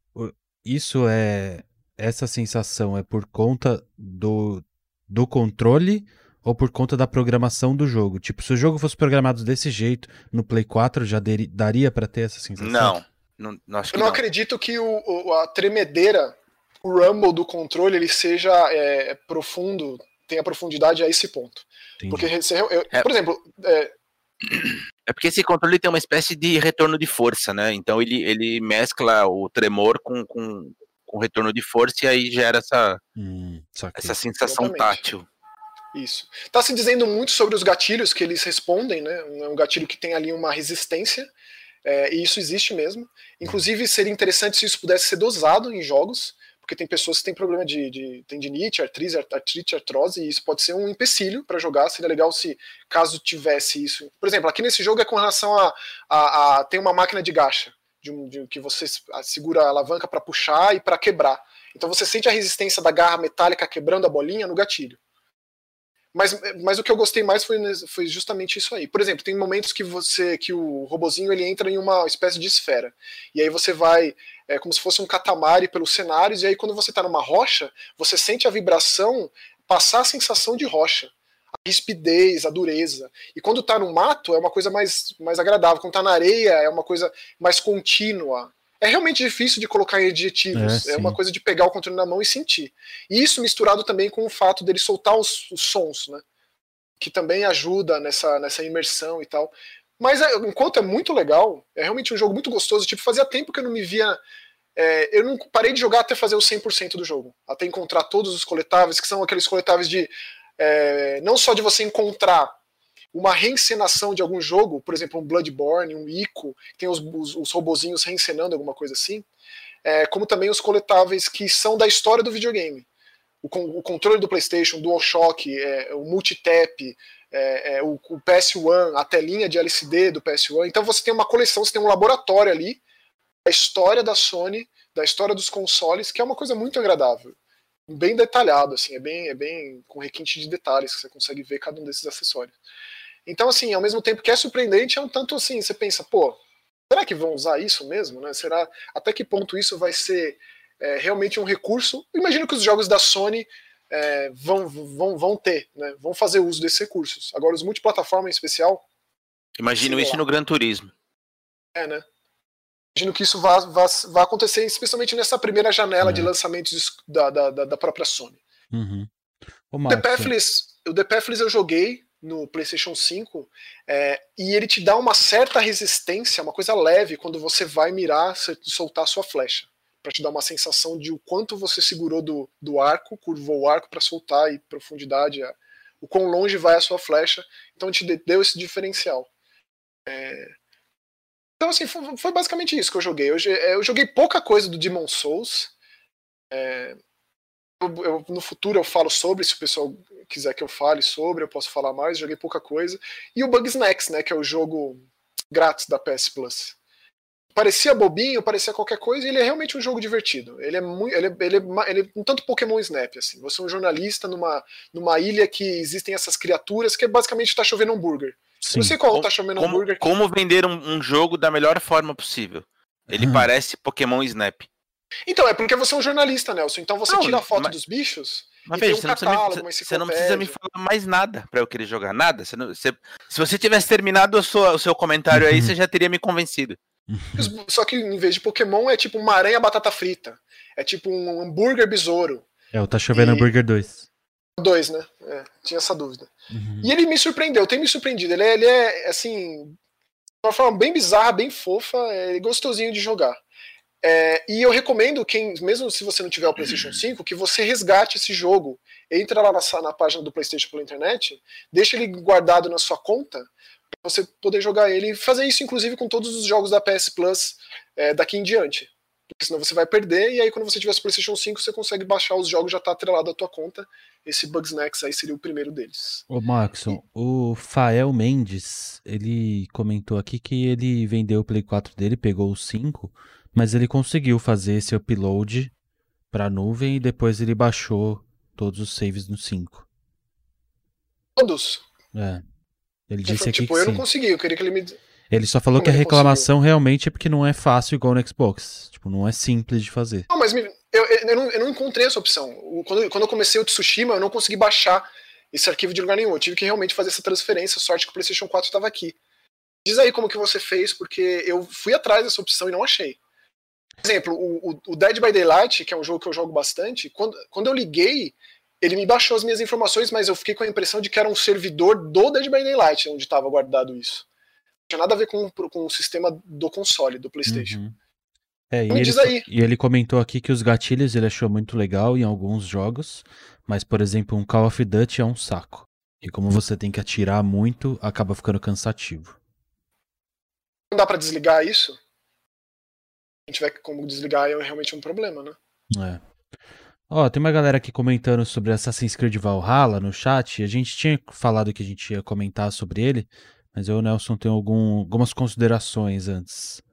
[SPEAKER 1] essa sensação é por conta do controle ou por conta da programação do jogo? Tipo, se o jogo fosse programado desse jeito, no Play 4 já daria pra ter essa sensação?
[SPEAKER 3] Não acho que eu não acredito que a tremedeira, o rumble do controle, ele seja profundo, tenha profundidade a esse ponto. Entendi. Porque, por exemplo...
[SPEAKER 2] É porque esse controle tem uma espécie de retorno de força, né? Então ele mescla o tremor com retorno de força e aí gera essa sensação tátil.
[SPEAKER 3] Isso. Tá se dizendo muito sobre os gatilhos que eles respondem, né? Um gatilho que tem ali uma resistência, e isso existe mesmo. Inclusive, seria interessante se isso pudesse ser dosado em jogos, porque tem pessoas que têm problema de tendinite, artrite, artrose, e isso pode ser um empecilho para jogar. Seria legal se, caso tivesse isso. Por exemplo, aqui nesse jogo é com relação a tem uma máquina de gacha, que você segura a alavanca para puxar e para quebrar. Então você sente a resistência da garra metálica quebrando a bolinha no gatilho. Mas o que eu gostei mais foi justamente isso aí. Por exemplo, tem momentos que o robozinho ele entra em uma espécie de esfera. E aí você vai como se fosse um catamari pelos cenários, e aí quando você está numa rocha, você sente a vibração passar a sensação de rocha. A rispidez, a dureza. E quando está no mato, é uma coisa mais agradável. Quando está na areia, é uma coisa mais contínua. É realmente difícil de colocar em adjetivos. É uma coisa de pegar o controle na mão e sentir. E isso misturado também com o fato dele soltar os sons, né? Que também ajuda nessa imersão e tal. Mas enquanto é muito legal, é realmente um jogo muito gostoso. Tipo, fazia tempo que eu não me via... eu não parei de jogar até fazer o 100% do jogo. Até encontrar todos os coletáveis, que são aqueles coletáveis de... não só de você encontrar uma reencenação de algum jogo, por exemplo, um Bloodborne, um Ico, tem os robozinhos reencenando alguma coisa assim, como também os coletáveis que são da história do videogame. O controle do PlayStation, o DualShock, o Multitap, o PS1, a telinha de LCD do PS1. Então você tem uma coleção, você tem um laboratório ali da história da Sony, da história dos consoles, que é uma coisa muito agradável. Bem detalhado, assim, é bem com requinte de detalhes que você consegue ver cada um desses acessórios. Então, assim, ao mesmo tempo que é surpreendente, é um tanto assim, você pensa, pô, será que vão usar isso mesmo, né? Será, até que ponto isso vai ser realmente um recurso? Imagino que os jogos da Sony vão ter, né? Vão fazer uso desses recursos. Agora, os multiplataforma em especial...
[SPEAKER 2] Imagino isso no Gran Turismo.
[SPEAKER 3] Né? Imagino que isso vai acontecer, especialmente nessa primeira janela de lançamentos da própria Sony.
[SPEAKER 1] Uhum.
[SPEAKER 3] O The Pathless eu joguei no PlayStation 5 e ele te dá uma certa resistência, uma coisa leve, quando você vai mirar, soltar sua flecha, para te dar uma sensação de o quanto você segurou do arco, curvou o arco para soltar e profundidade, o quão longe vai a sua flecha, então te deu esse diferencial. Então, assim, foi basicamente isso que eu joguei. Eu joguei pouca coisa do Demon's Souls. No futuro eu falo sobre, se o pessoal quiser que eu fale sobre, eu posso falar mais. Joguei pouca coisa. E o Bugsnax, né, que é o jogo grátis da PS Plus. Parecia bobinho, parecia qualquer coisa, e ele é realmente um jogo divertido. Ele é um tanto Pokémon Snap, assim. Você é um jornalista numa ilha que existem essas criaturas que basicamente tá chovendo hambúrguer.
[SPEAKER 1] Sim.
[SPEAKER 3] Não sei qual tá chovendo hambúrguer.
[SPEAKER 2] Como vender um jogo da melhor forma possível. Ele parece Pokémon Snap.
[SPEAKER 3] Então, é porque você é um jornalista, Nelson. Então você tira a foto dos bichos
[SPEAKER 2] e
[SPEAKER 3] veja,
[SPEAKER 2] tem um catálogo, você não precisa me falar mais nada pra eu querer jogar. Nada. Se você tivesse terminado o seu comentário aí, você já teria me convencido.
[SPEAKER 3] Só que em vez de Pokémon é tipo uma aranha batata frita. É tipo um hambúrguer besouro.
[SPEAKER 1] O Tá Chovendo Hambúrguer 2.
[SPEAKER 3] 2, né? Tinha essa dúvida. E ele me surpreendeu, tem me surpreendido. Ele é, assim, de uma forma bem bizarra, bem fofa, gostosinho de jogar. E eu recomendo, mesmo se você não tiver o PlayStation 5, que você resgate esse jogo. Entra lá na página do PlayStation pela internet, deixa ele guardado na sua conta, para você poder jogar ele e fazer isso, inclusive, com todos os jogos da PS Plus daqui em diante. Porque senão você vai perder, e aí quando você tiver o PlayStation 5, você consegue baixar os jogos, já tá atrelado à tua conta. Esse Bugsnax aí seria o primeiro deles.
[SPEAKER 1] Ô, Maxon, o Fael Mendes, ele comentou aqui que ele vendeu o Play 4 dele, pegou o 5, mas ele conseguiu fazer esse upload pra nuvem e depois ele baixou todos os saves no 5.
[SPEAKER 3] Todos?
[SPEAKER 1] Ele disse aqui que
[SPEAKER 3] eu
[SPEAKER 1] sim.
[SPEAKER 3] não consegui, eu queria que ele me...
[SPEAKER 1] Ele só falou que a reclamação realmente é porque não é fácil igual no Xbox. Tipo, não é simples de fazer.
[SPEAKER 3] Não, mas eu não encontrei essa opção. Quando eu comecei o Tsushima, eu não consegui baixar esse arquivo de lugar nenhum. Eu tive que realmente fazer essa transferência. Sorte que o PlayStation 4 estava aqui. Diz aí como que você fez, porque eu fui atrás dessa opção e não achei. Por exemplo, o Dead by Daylight, que é um jogo que eu jogo bastante, quando eu liguei, ele me baixou as minhas informações, mas eu fiquei com a impressão de que era um servidor do Dead by Daylight onde estava guardado isso. Não tinha nada a ver com o sistema do console, do PlayStation.
[SPEAKER 1] E ele comentou aqui que os gatilhos ele achou muito legal em alguns jogos, mas, por exemplo, um Call of Duty é um saco. E como você tem que atirar muito, acaba ficando cansativo.
[SPEAKER 3] Não dá pra desligar isso? Se não tiver como desligar, é realmente um problema, né?
[SPEAKER 1] Tem uma galera aqui comentando sobre Assassin's Creed Valhalla no chat. A gente tinha falado que a gente ia comentar sobre ele, mas eu, Nelson, tenho algumas considerações antes.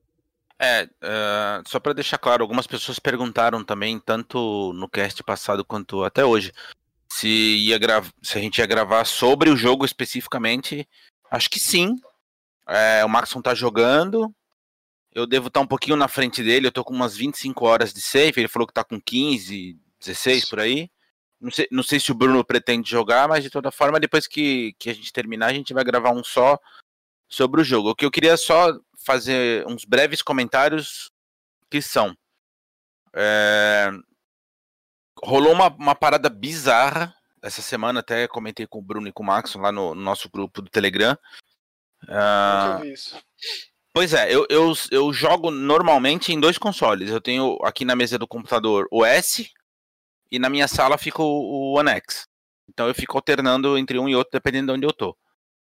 [SPEAKER 2] Só para deixar claro, algumas pessoas perguntaram também, tanto no cast passado quanto até hoje, se a gente ia gravar sobre o jogo especificamente. Acho que sim. O Maxon tá jogando. Eu devo estar um pouquinho na frente dele. Eu tô com umas 25 horas de save. Ele falou que tá com 15, 16 por aí. Não sei se o Bruno pretende jogar, mas de toda forma, depois que a gente terminar, a gente vai gravar um só sobre o jogo. O que eu queria só fazer uns breves comentários que são... rolou uma parada bizarra essa semana, até comentei com o Bruno e com o Maxon lá no nosso grupo do Telegram.
[SPEAKER 3] Nunca vi isso.
[SPEAKER 2] Pois é, eu jogo normalmente em 2 consoles. Eu tenho aqui na mesa do computador o S e na minha sala fica o One X. Então eu fico alternando entre um e outro dependendo de onde eu tô.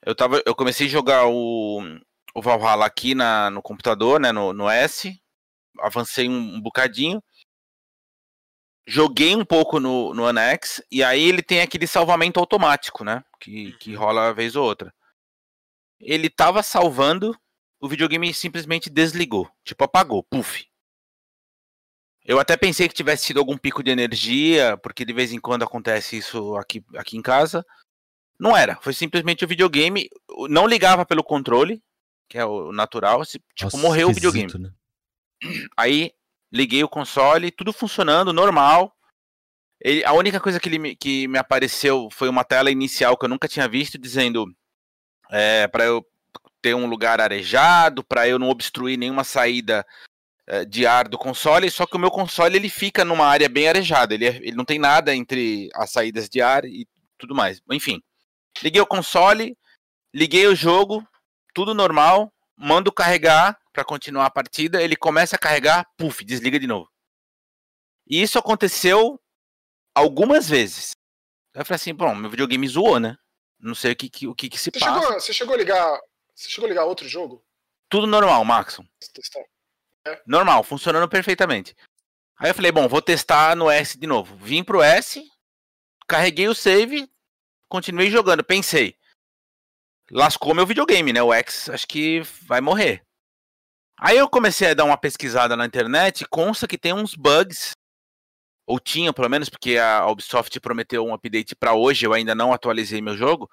[SPEAKER 2] Eu comecei a jogar o Valhalla aqui no computador, né, no S. Avancei um bocadinho. Joguei um pouco no One X. E aí ele tem aquele salvamento automático, né? Que rola uma vez ou outra. Ele tava salvando, o videogame simplesmente desligou. Tipo, apagou. Puf. Eu até pensei que tivesse tido algum pico de energia, porque de vez em quando acontece isso aqui em casa. Não era. Foi simplesmente o videogame. Não ligava pelo controle, que é o natural. Tipo,
[SPEAKER 1] Nossa,
[SPEAKER 2] morreu o videogame.
[SPEAKER 1] Né?
[SPEAKER 2] Aí liguei o console, tudo funcionando, normal. A única coisa que me apareceu foi uma tela inicial que eu nunca tinha visto, dizendo para eu ter um lugar arejado, para eu não obstruir nenhuma saída de ar do console, só que o meu console ele fica numa área bem arejada, ele não tem nada entre as saídas de ar e tudo mais. Enfim, liguei o console, liguei o jogo, tudo normal, mando carregar para continuar a partida, ele começa a carregar, puf, desliga de novo. E isso aconteceu algumas vezes. Eu falei assim, bom, meu videogame zoou, né? Não sei o que se passa.
[SPEAKER 3] Você chegou a ligar outro jogo?
[SPEAKER 2] Tudo normal, Maxon. Normal, funcionando perfeitamente. Aí eu falei, bom, vou testar no S de novo. Vim pro S, carreguei o save, continuei jogando. Pensei, lascou meu videogame, né? O X acho que vai morrer. Aí eu comecei a dar uma pesquisada na internet, consta que tem uns bugs, ou tinha pelo menos, porque a Ubisoft prometeu um update para hoje, eu ainda não atualizei meu jogo.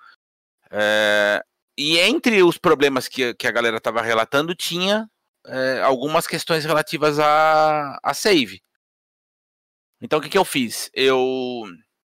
[SPEAKER 2] E entre os problemas que a galera estava relatando, tinha algumas questões relativas a save. Então o que eu fiz? Eu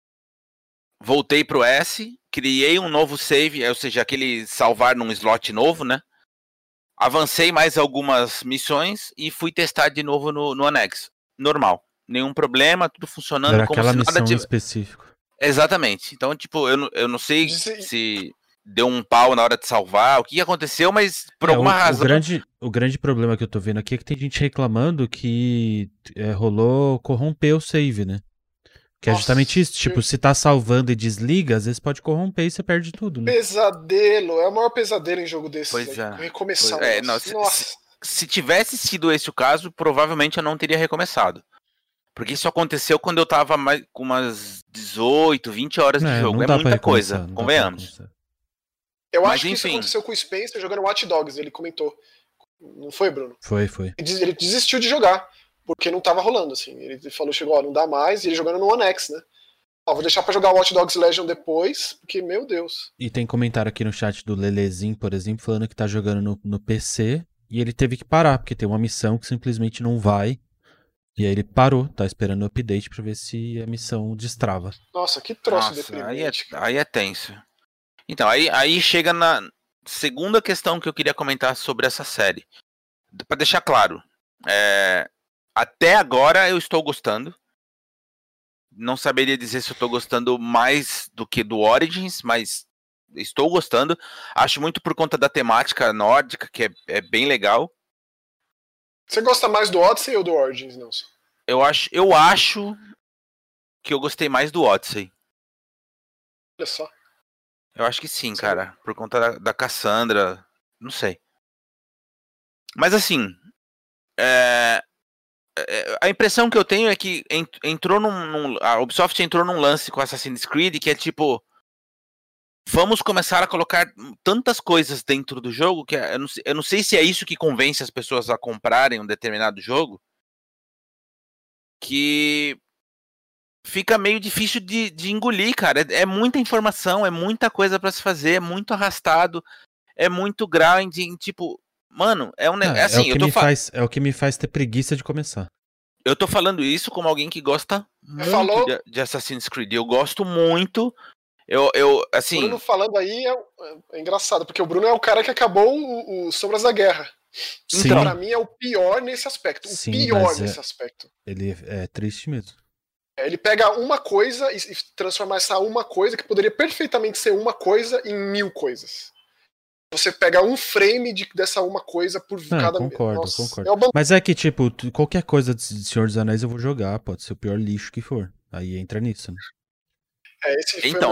[SPEAKER 2] voltei pro S, criei um novo save, ou seja, aquele salvar num slot novo, né? Avancei mais algumas missões e fui testar de novo no anexo. Normal. Nenhum problema, tudo funcionando
[SPEAKER 1] Era
[SPEAKER 2] como
[SPEAKER 1] aquela
[SPEAKER 2] se nada
[SPEAKER 1] missão específica.
[SPEAKER 2] Exatamente. Então, tipo, eu não sei se deu um pau na hora de salvar, o que aconteceu, mas por alguma razão...
[SPEAKER 1] O grande problema que eu tô vendo aqui é que tem gente reclamando que rolou corromper o save, né? Que é justamente isso, tipo, se tá salvando e desliga, às vezes pode corromper e você perde tudo, né?
[SPEAKER 3] Pesadelo, é o maior pesadelo em jogo desses.
[SPEAKER 2] Pois é.
[SPEAKER 3] Recomeçar.
[SPEAKER 2] Se tivesse sido esse o caso, provavelmente eu não teria recomeçado. Porque isso aconteceu quando eu tava com umas 18, 20 horas de jogo. É muita coisa, convenhamos.
[SPEAKER 3] Eu acho que isso aconteceu com o Spencer jogando Watch Dogs, ele comentou. Não foi, Bruno?
[SPEAKER 1] Foi.
[SPEAKER 3] Ele desistiu de jogar, porque não tava rolando, assim. Ele falou, chegou, não dá mais, e ele jogando no One X, né? Vou deixar pra jogar Watch Dogs Legion depois, porque, meu Deus.
[SPEAKER 1] E tem comentário aqui no chat do Lelezinho, por exemplo, falando que tá jogando no PC, e ele teve que parar, porque tem uma missão que simplesmente não vai. E aí ele parou, tá esperando o update pra ver se a missão destrava.
[SPEAKER 3] Nossa, que troço deprimente.
[SPEAKER 2] Aí é tenso. Então, aí chega na segunda questão que eu queria comentar sobre essa série. Pra deixar claro, até agora eu estou gostando. Não saberia dizer se eu tô gostando mais do que do Origins, mas estou gostando. Acho muito por conta da temática nórdica, que é bem legal.
[SPEAKER 3] Você gosta mais do Odyssey ou do Origins, Nelson?
[SPEAKER 2] Eu acho que eu gostei mais do Odyssey.
[SPEAKER 3] Olha só.
[SPEAKER 2] Eu acho que sim, cara. Por conta da Cassandra. Não sei. Mas assim. A impressão que eu tenho é que a Ubisoft entrou num lance com Assassin's Creed que é tipo... Vamos começar a colocar tantas coisas dentro do jogo que eu não sei se é isso que convence as pessoas a comprarem um determinado jogo, que fica meio difícil de engolir, cara. É muita informação, é muita coisa pra se fazer, é muito arrastado, é muito grinding, tipo, mano, é um negócio assim,
[SPEAKER 1] é o que me faz ter preguiça de começar.
[SPEAKER 2] Eu tô falando isso como alguém que gosta muito de Assassin's Creed. Eu gosto muito. Assim...
[SPEAKER 3] O Bruno falando aí é engraçado, porque o Bruno é o cara que acabou o Sombras da Guerra.
[SPEAKER 1] Sim.
[SPEAKER 3] Então, pra mim, é o pior nesse aspecto. Nesse aspecto.
[SPEAKER 1] Ele é triste mesmo.
[SPEAKER 3] Ele pega uma coisa e transforma essa uma coisa, que poderia perfeitamente ser uma coisa, em 1000 coisas. Você pega um frame dessa uma coisa por cada...
[SPEAKER 1] Concordo. Mas é que, tipo, qualquer coisa de Senhor dos Anéis eu vou jogar, pode ser o pior lixo que for. Aí entra nisso, né?
[SPEAKER 2] Então,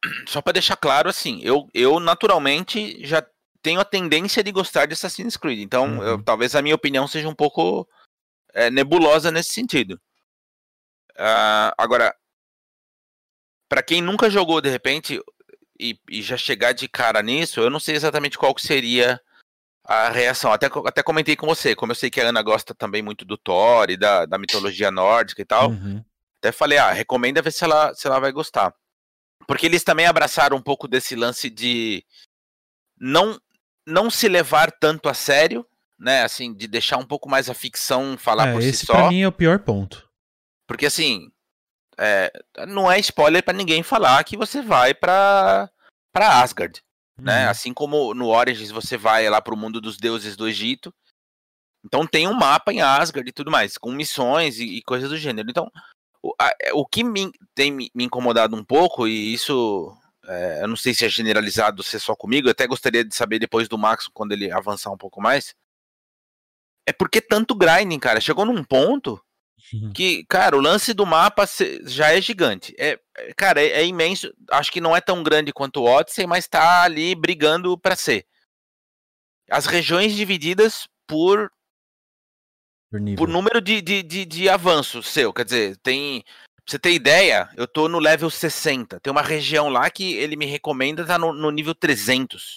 [SPEAKER 2] só pra deixar claro, assim, eu naturalmente já tenho a tendência de gostar de Assassin's Creed, então talvez a minha opinião seja um pouco nebulosa nesse sentido. Agora, pra quem nunca jogou de repente e já chegar de cara nisso, eu não sei exatamente qual que seria a reação. Até comentei com você, como eu sei que a Ana gosta também muito do Thor e da mitologia nórdica e tal, até falei, recomenda ver se ela vai gostar. Porque eles também abraçaram um pouco desse lance de não se levar tanto a sério, né, assim, de deixar um pouco mais a ficção falar por si
[SPEAKER 1] esse
[SPEAKER 2] só.
[SPEAKER 1] Pra mim é o pior ponto.
[SPEAKER 2] Porque assim, não é spoiler pra ninguém falar que você vai pra Asgard, né? Assim como no Origins você vai lá pro mundo dos deuses do Egito. Então tem um mapa em Asgard e tudo mais, com missões e coisas do gênero. Então, o que tem me incomodado um pouco, e isso eu não sei se é generalizado, se é só comigo, eu até gostaria de saber depois do Max, quando ele avançar um pouco mais, é porque tanto grinding, cara. Chegou num ponto que, cara, o lance do mapa já é gigante. Cara, é imenso. Acho que não é tão grande quanto o Odyssey, mas tá ali brigando pra ser. As regiões divididas por número de avanço seu. Quer dizer, tem... Pra você ter ideia, eu tô no level 60. Tem uma região lá que ele me recomenda tá no nível 300.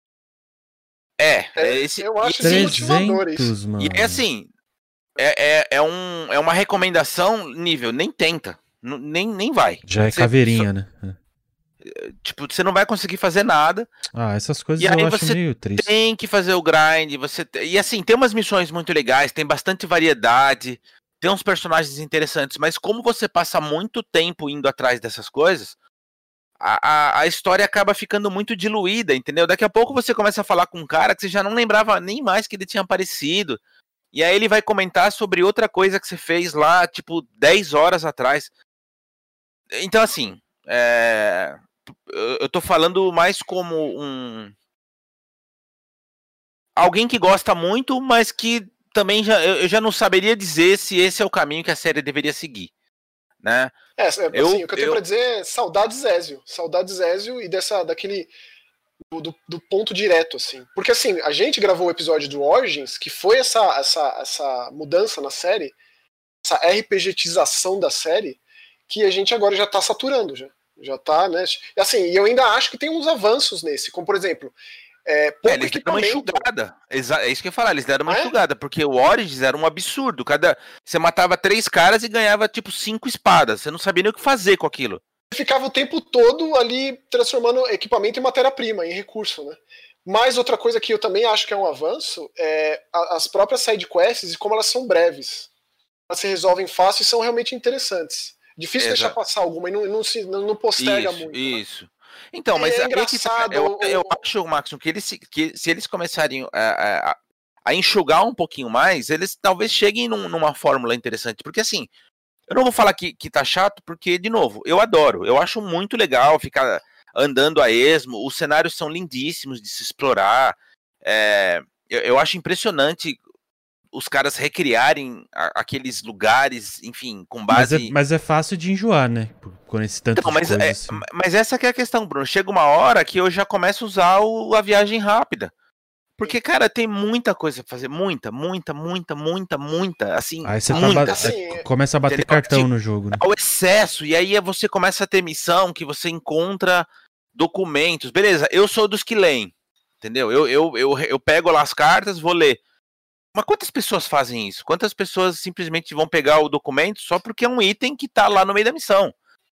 [SPEAKER 3] Eu acho isso motivador, isso.
[SPEAKER 1] Mano.
[SPEAKER 2] E assim, é uma recomendação nível, nem tenta. Nem vai.
[SPEAKER 1] Já é caveirinha, né?
[SPEAKER 2] Tipo, você não vai conseguir fazer nada.
[SPEAKER 1] Essas coisas eu acho meio triste.
[SPEAKER 2] Tem que fazer o grind. E assim, tem umas missões muito legais, tem bastante variedade, tem uns personagens interessantes, mas como você passa muito tempo indo atrás dessas coisas, a história acaba ficando muito diluída, entendeu? Daqui a pouco você começa a falar com um cara que você já não lembrava nem mais que ele tinha aparecido. E aí ele vai comentar sobre outra coisa que você fez lá, tipo, 10 horas atrás. Então, assim, eu tô falando mais como alguém que gosta muito, mas que também eu já não saberia dizer se esse é o caminho que a série deveria seguir, né?
[SPEAKER 3] Assim, o que eu tenho pra dizer é saudades Ezio. Saudades Ezio e daquele... Do ponto direto, assim. Porque, assim, a gente gravou o episódio do Origins, que foi essa mudança na série, essa RPGtização da série, que a gente agora já tá saturando, já tá, né? Assim, e eu ainda acho que tem uns avanços nesse, como, por exemplo,
[SPEAKER 2] eles deram uma enxugada. É isso que eu ia falar, eles deram uma enxugada, porque o Origins era um absurdo. Você matava 3 caras e ganhava, tipo, 5 espadas. Você não sabia nem o que fazer com aquilo.
[SPEAKER 3] Ficava o tempo todo ali transformando equipamento em matéria-prima, em recurso, né? Mas outra coisa que eu também acho que é um avanço é as próprias sidequests e como elas são breves. Elas se resolvem fácil e são realmente interessantes. Difícil deixar passar alguma e não posterga muito.
[SPEAKER 2] Isso. Né? Então, mas
[SPEAKER 3] é engraçado.
[SPEAKER 2] Eu acho, Max, que se eles começarem a enxugar um pouquinho mais, eles talvez cheguem numa fórmula interessante. Porque assim, eu não vou falar que tá chato, porque, de novo, eu adoro. Eu acho muito legal ficar andando a esmo. Os cenários são lindíssimos de se explorar. Eu acho impressionante os caras recriarem aqueles lugares, enfim, com base...
[SPEAKER 1] Mas é fácil de enjoar, né? Com esse tanto de coisa assim.
[SPEAKER 2] Mas essa que é a questão, Bruno. Chega uma hora que eu já começo a usar a viagem rápida. Porque, cara, tem muita coisa pra fazer. Muita. Assim,
[SPEAKER 1] aí você
[SPEAKER 2] muita.
[SPEAKER 1] começa a bater cartão no jogo, né?
[SPEAKER 2] O excesso. E aí você começa a ter missão que você encontra documentos. Beleza, eu sou dos que leem. Entendeu? Eu pego lá as cartas, vou ler. Mas quantas pessoas fazem isso? Quantas pessoas simplesmente vão pegar o documento só porque é um item que tá lá no meio da missão?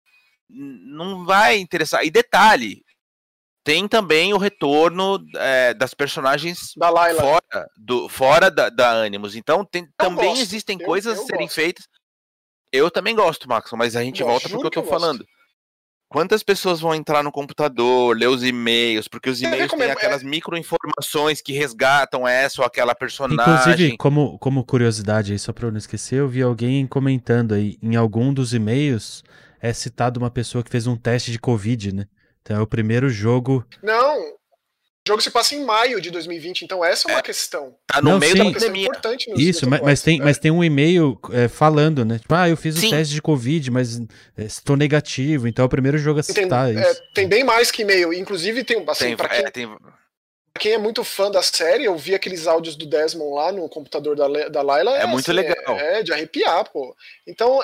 [SPEAKER 2] Não vai interessar. E detalhe, tem também o retorno das personagens
[SPEAKER 3] da Layla.
[SPEAKER 2] fora da Animus. Então também existem coisas a serem feitas. Eu também gosto, Max, mas a gente volta porque eu tô falando. Quantas pessoas vão entrar no computador, ler os e-mails, porque os e-mails têm aquelas micro-informações que resgatam essa ou aquela personagem.
[SPEAKER 1] Inclusive, como curiosidade aí, só pra eu não esquecer, eu vi alguém comentando aí, em algum dos e-mails é citado uma pessoa que fez um teste de Covid, né? Então é o primeiro jogo...
[SPEAKER 3] Não, O jogo se passa em maio de 2020, então essa é uma questão.
[SPEAKER 2] Tá no meio da
[SPEAKER 3] Uma questão
[SPEAKER 2] pandemia.
[SPEAKER 3] importante
[SPEAKER 1] Isso, mas tem um e-mail falando, né? Tipo, eu fiz
[SPEAKER 2] Sim.
[SPEAKER 1] o teste de Covid, mas estou negativo, então é o primeiro jogo a citar isso.
[SPEAKER 3] Tem bem mais que e-mail. Inclusive, tem, assim, pra quem é muito fã da série, eu vi aqueles áudios do Desmond lá no computador da Layla.
[SPEAKER 2] É muito legal.
[SPEAKER 3] É de arrepiar, pô. Então,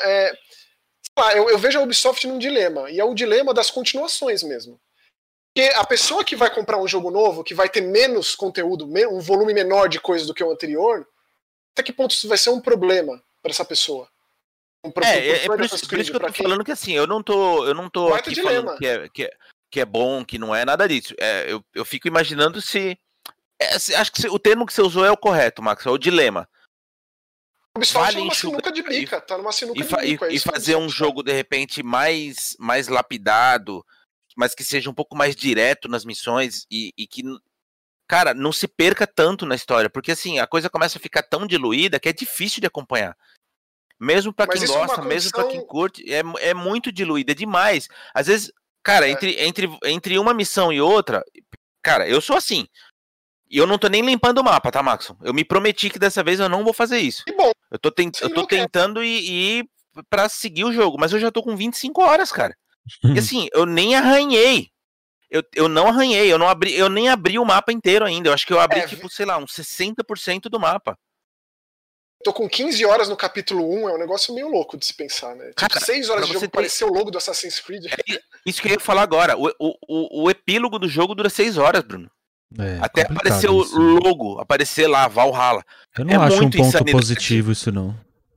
[SPEAKER 3] eu vejo a Ubisoft num dilema, e é o dilema das continuações mesmo. Porque a pessoa que vai comprar um jogo novo, que vai ter menos conteúdo, um volume menor de coisas do que o anterior, até que ponto isso vai ser um problema para essa pessoa?
[SPEAKER 2] Por isso que eu tô falando que assim, eu não tô aqui falando que é bom, que não é nada disso. Eu fico imaginando se... acho que o termo que você usou é o correto, Max, é o dilema.
[SPEAKER 3] O Ubisoft tá numa sinuca de bica, tá numa sinuca de bica.
[SPEAKER 2] E fazer um jogo, de repente, mais lapidado, mas que seja um pouco mais direto nas missões e que, cara, não se perca tanto na história, porque assim, a coisa começa a ficar tão diluída que é difícil de acompanhar. Mesmo pra quem gosta, mesmo pra quem curte, é muito diluída, é demais. Às vezes, cara, entre uma missão e outra, cara, eu sou assim. E eu não tô nem limpando o mapa, tá, Maxon? Eu me prometi que dessa vez eu não vou fazer isso.
[SPEAKER 3] Que bom.
[SPEAKER 2] Eu tô tentando ir pra seguir o jogo, mas eu já tô com 25 horas, cara. E assim, eu nem arranhei. Eu não arranhei, eu nem abri o mapa inteiro ainda. Eu acho que eu abri, sei lá, uns 60% do mapa.
[SPEAKER 3] Tô com 15 horas no capítulo 1, é um negócio meio louco de se pensar, né?
[SPEAKER 2] Cara,
[SPEAKER 3] tipo, 6 horas de jogo apareceu o logo do Assassin's Creed.
[SPEAKER 2] Isso que eu ia falar agora. O epílogo do jogo dura 6 horas, Bruno. Até aparecer o logo, aparecer lá, Valhalla.
[SPEAKER 1] Eu não acho um ponto positivo isso, não.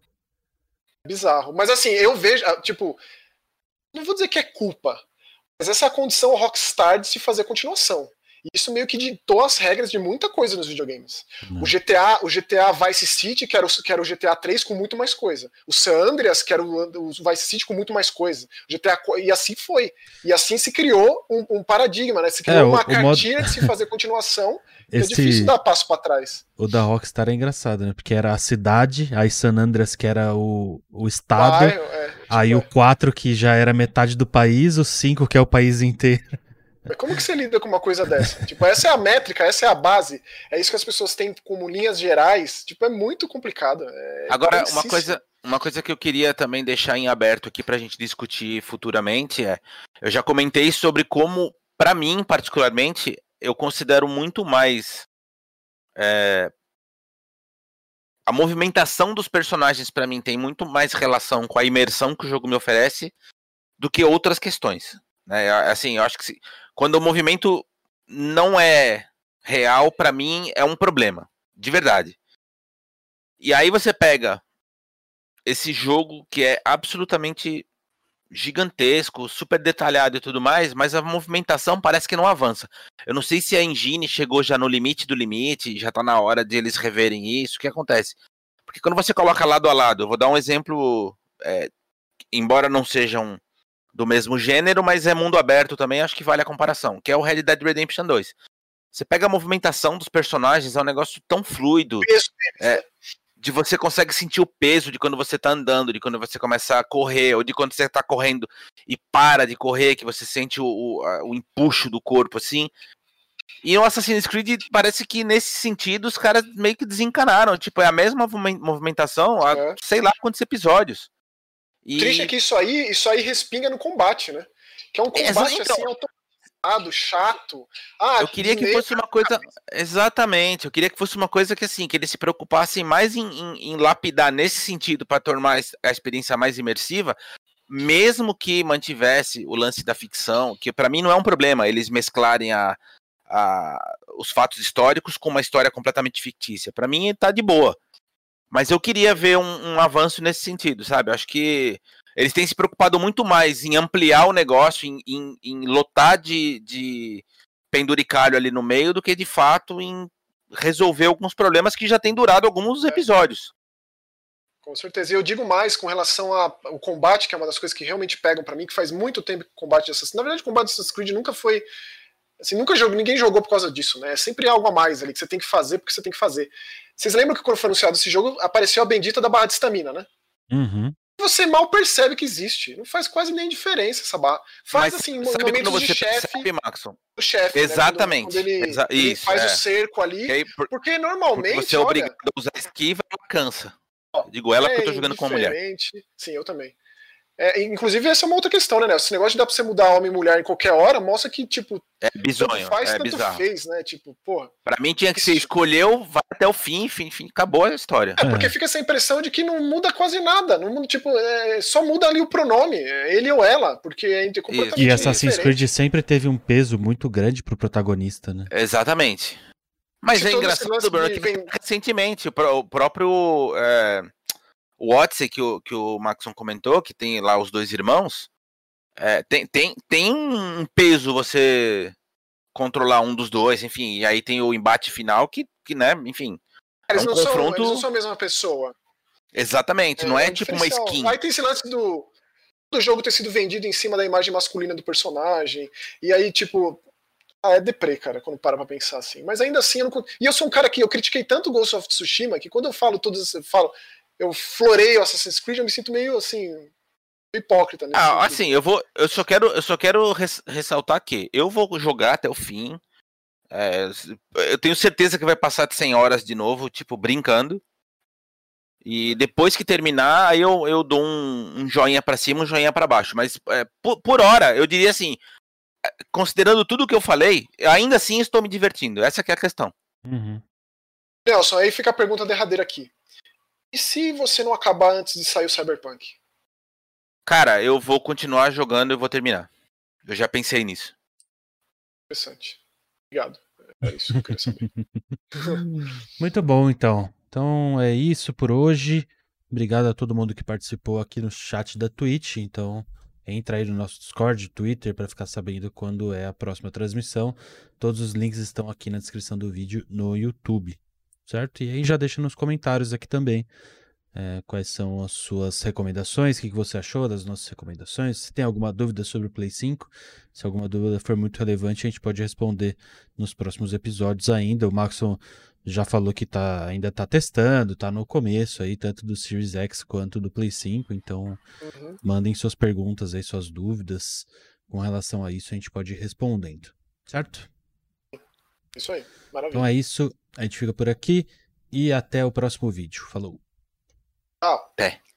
[SPEAKER 3] Bizarro. Mas assim, eu vejo, tipo, não vou dizer que é culpa, mas essa é a condição Rockstar de se fazer continuação. Isso meio que ditou as regras de muita coisa nos videogames. O GTA Vice City, que era o GTA 3 com muito mais coisa. O San Andreas, que era o Vice City com muito mais coisa. E assim foi. E assim se criou um paradigma, né? Se criou uma cartilha de se fazer continuação. É difícil dar passo para trás.
[SPEAKER 1] O da Rockstar é engraçado, né? Porque era a cidade, aí San Andreas, que era o estado, aí o 4, que já era metade do país, o 5, que é o país inteiro.
[SPEAKER 3] Como que você lida com uma coisa dessa? Tipo, essa é a métrica, essa é a base. É isso que as pessoas têm como linhas gerais. Tipo, é muito complicado.
[SPEAKER 2] Agora, uma coisa que eu queria também deixar em aberto aqui pra gente discutir futuramente eu já comentei sobre como, pra mim, particularmente, eu considero muito mais a movimentação dos personagens pra mim tem muito mais relação com a imersão que o jogo me oferece do que outras questões. Assim, eu acho que quando o movimento não é real, pra mim é um problema, de verdade. E aí você pega esse jogo que é absolutamente gigantesco, super detalhado e tudo mais, mas a movimentação parece que não avança. Eu não sei se a engine chegou já no limite do limite, já tá na hora de eles reverem isso, o que acontece? Porque quando você coloca lado a lado, eu vou dar um exemplo, embora não sejam do mesmo gênero, mas é mundo aberto também, acho que vale a comparação, que é o Red Dead Redemption 2. Você pega a movimentação dos personagens, é um negócio tão fluido, de você consegue sentir o peso de quando você tá andando, de quando você começa a correr, ou de quando você tá correndo e para de correr, que você sente o empuxo do corpo, assim. E o Assassin's Creed parece que nesse sentido os caras meio que desencanaram, tipo, é a mesma movimentação há sei lá quantos episódios.
[SPEAKER 3] O triste é que isso aí respinga no combate, né? Que é um combate assim automatizado, chato.
[SPEAKER 2] Eu queria que fosse uma coisa. Exatamente, eu queria que fosse uma coisa que assim, que eles se preocupassem mais em lapidar nesse sentido para tornar a experiência mais imersiva, mesmo que mantivesse o lance da ficção, que para mim não é um problema, eles mesclarem os fatos históricos com uma história completamente fictícia. Para mim tá de boa. Mas eu queria ver um avanço nesse sentido, sabe? Acho que eles têm se preocupado muito mais em ampliar o negócio, em lotar de penduricalho ali no meio, do que de fato em resolver alguns problemas que já têm durado alguns episódios.
[SPEAKER 3] Com certeza. E eu digo mais com relação ao combate, que é uma das coisas que realmente pegam pra mim, que faz muito tempo que o combate de Assassin's Creed... Na verdade, o combate de Assassin's Creed nunca foi... Assim, ninguém jogou por causa disso, né? É sempre algo a mais ali que você tem que fazer porque você tem que fazer. Vocês lembram que quando foi anunciado esse jogo, apareceu a bendita da barra de estamina, né?
[SPEAKER 1] Uhum.
[SPEAKER 3] você mal percebe que existe. Não faz quase nem diferença essa barra. Faz
[SPEAKER 2] Mas
[SPEAKER 3] assim,
[SPEAKER 2] sabe
[SPEAKER 3] momentos
[SPEAKER 2] quando
[SPEAKER 3] de
[SPEAKER 2] você
[SPEAKER 3] chefe.
[SPEAKER 2] percebe, Maxon?
[SPEAKER 3] O chefe,
[SPEAKER 2] Exatamente.
[SPEAKER 3] Né? Quando ele
[SPEAKER 2] Isso,
[SPEAKER 3] faz o cerco ali.
[SPEAKER 2] aí,
[SPEAKER 3] Porque
[SPEAKER 2] porque
[SPEAKER 3] normalmente,
[SPEAKER 2] você é
[SPEAKER 3] olha,
[SPEAKER 2] obrigado a usar esquiva e ela cansa. Eu digo ela porque eu tô jogando com a mulher.
[SPEAKER 3] Sim, eu também. Inclusive, essa é uma outra questão, né, Nelson? Esse negócio de dar pra você mudar homem e mulher em qualquer hora mostra que, tipo,
[SPEAKER 2] É bizonho,
[SPEAKER 3] tanto faz, tanto
[SPEAKER 2] bizarro.
[SPEAKER 3] fez, né? Tipo, porra.
[SPEAKER 2] Pra mim tinha que ser escolheu, vai até o fim, acabou a história.
[SPEAKER 3] Porque fica essa impressão de que não muda quase nada. Não muda, tipo, só muda ali o pronome, ele ou ela, porque é completamente
[SPEAKER 1] E Assassin's
[SPEAKER 3] diferente.
[SPEAKER 1] Creed sempre teve um peso muito grande pro protagonista, né?
[SPEAKER 2] Exatamente. Mas é engraçado, Bruno, que recentemente o próprio o Odyssey que o Maxon comentou, que tem lá os dois irmãos, tem um peso você controlar um dos dois, enfim, e aí tem o embate final que né, enfim,
[SPEAKER 3] eles
[SPEAKER 2] é um confronto...
[SPEAKER 3] eles não são a mesma pessoa.
[SPEAKER 2] Exatamente, não é tipo uma skin.
[SPEAKER 3] Aí tem esse lance do jogo ter sido vendido em cima da imagem masculina do personagem, e aí, tipo... é deprê, cara, quando para pra pensar assim. Mas ainda assim, eu sou um cara que eu critiquei tanto Ghost of Tsushima que quando eu falo eu floreio Assassin's Creed, eu me sinto meio assim, hipócrita nesse sentido.
[SPEAKER 2] Assim, eu só quero ressaltar que eu vou jogar até o fim. Eu tenho certeza que vai passar de 100 horas de novo, tipo, brincando. E depois que terminar, aí eu dou um joinha pra cima, um joinha pra baixo. Mas por hora, eu diria assim, considerando tudo que eu falei, ainda assim estou me divertindo. Essa que é a questão.
[SPEAKER 1] Uhum.
[SPEAKER 3] Nelson, aí fica a pergunta derradeira aqui. E se você não acabar antes de sair o Cyberpunk?
[SPEAKER 2] Cara, eu vou continuar jogando e vou terminar. Eu já pensei nisso.
[SPEAKER 3] Interessante. Obrigado. É isso que eu queria saber.
[SPEAKER 1] Muito bom, então. Então é isso por hoje. Obrigado a todo mundo que participou aqui no chat da Twitch. Então, entra aí no nosso Discord, Twitter, para ficar sabendo quando é a próxima transmissão. Todos os links estão aqui na descrição do vídeo no YouTube, certo? E aí já deixa nos comentários aqui também quais são as suas recomendações, o que você achou das nossas recomendações. Se tem alguma dúvida sobre o Play 5, se alguma dúvida for muito relevante, a gente pode responder nos próximos episódios ainda. O Maxon já falou que ainda está testando, está no começo aí, tanto do Series X quanto do Play 5, então mandem suas perguntas aí, suas dúvidas com relação a isso, a gente pode ir respondendo, certo?
[SPEAKER 3] Isso aí, maravilha.
[SPEAKER 1] Então é isso, a gente fica por aqui e até o próximo vídeo. Falou!
[SPEAKER 3] Até!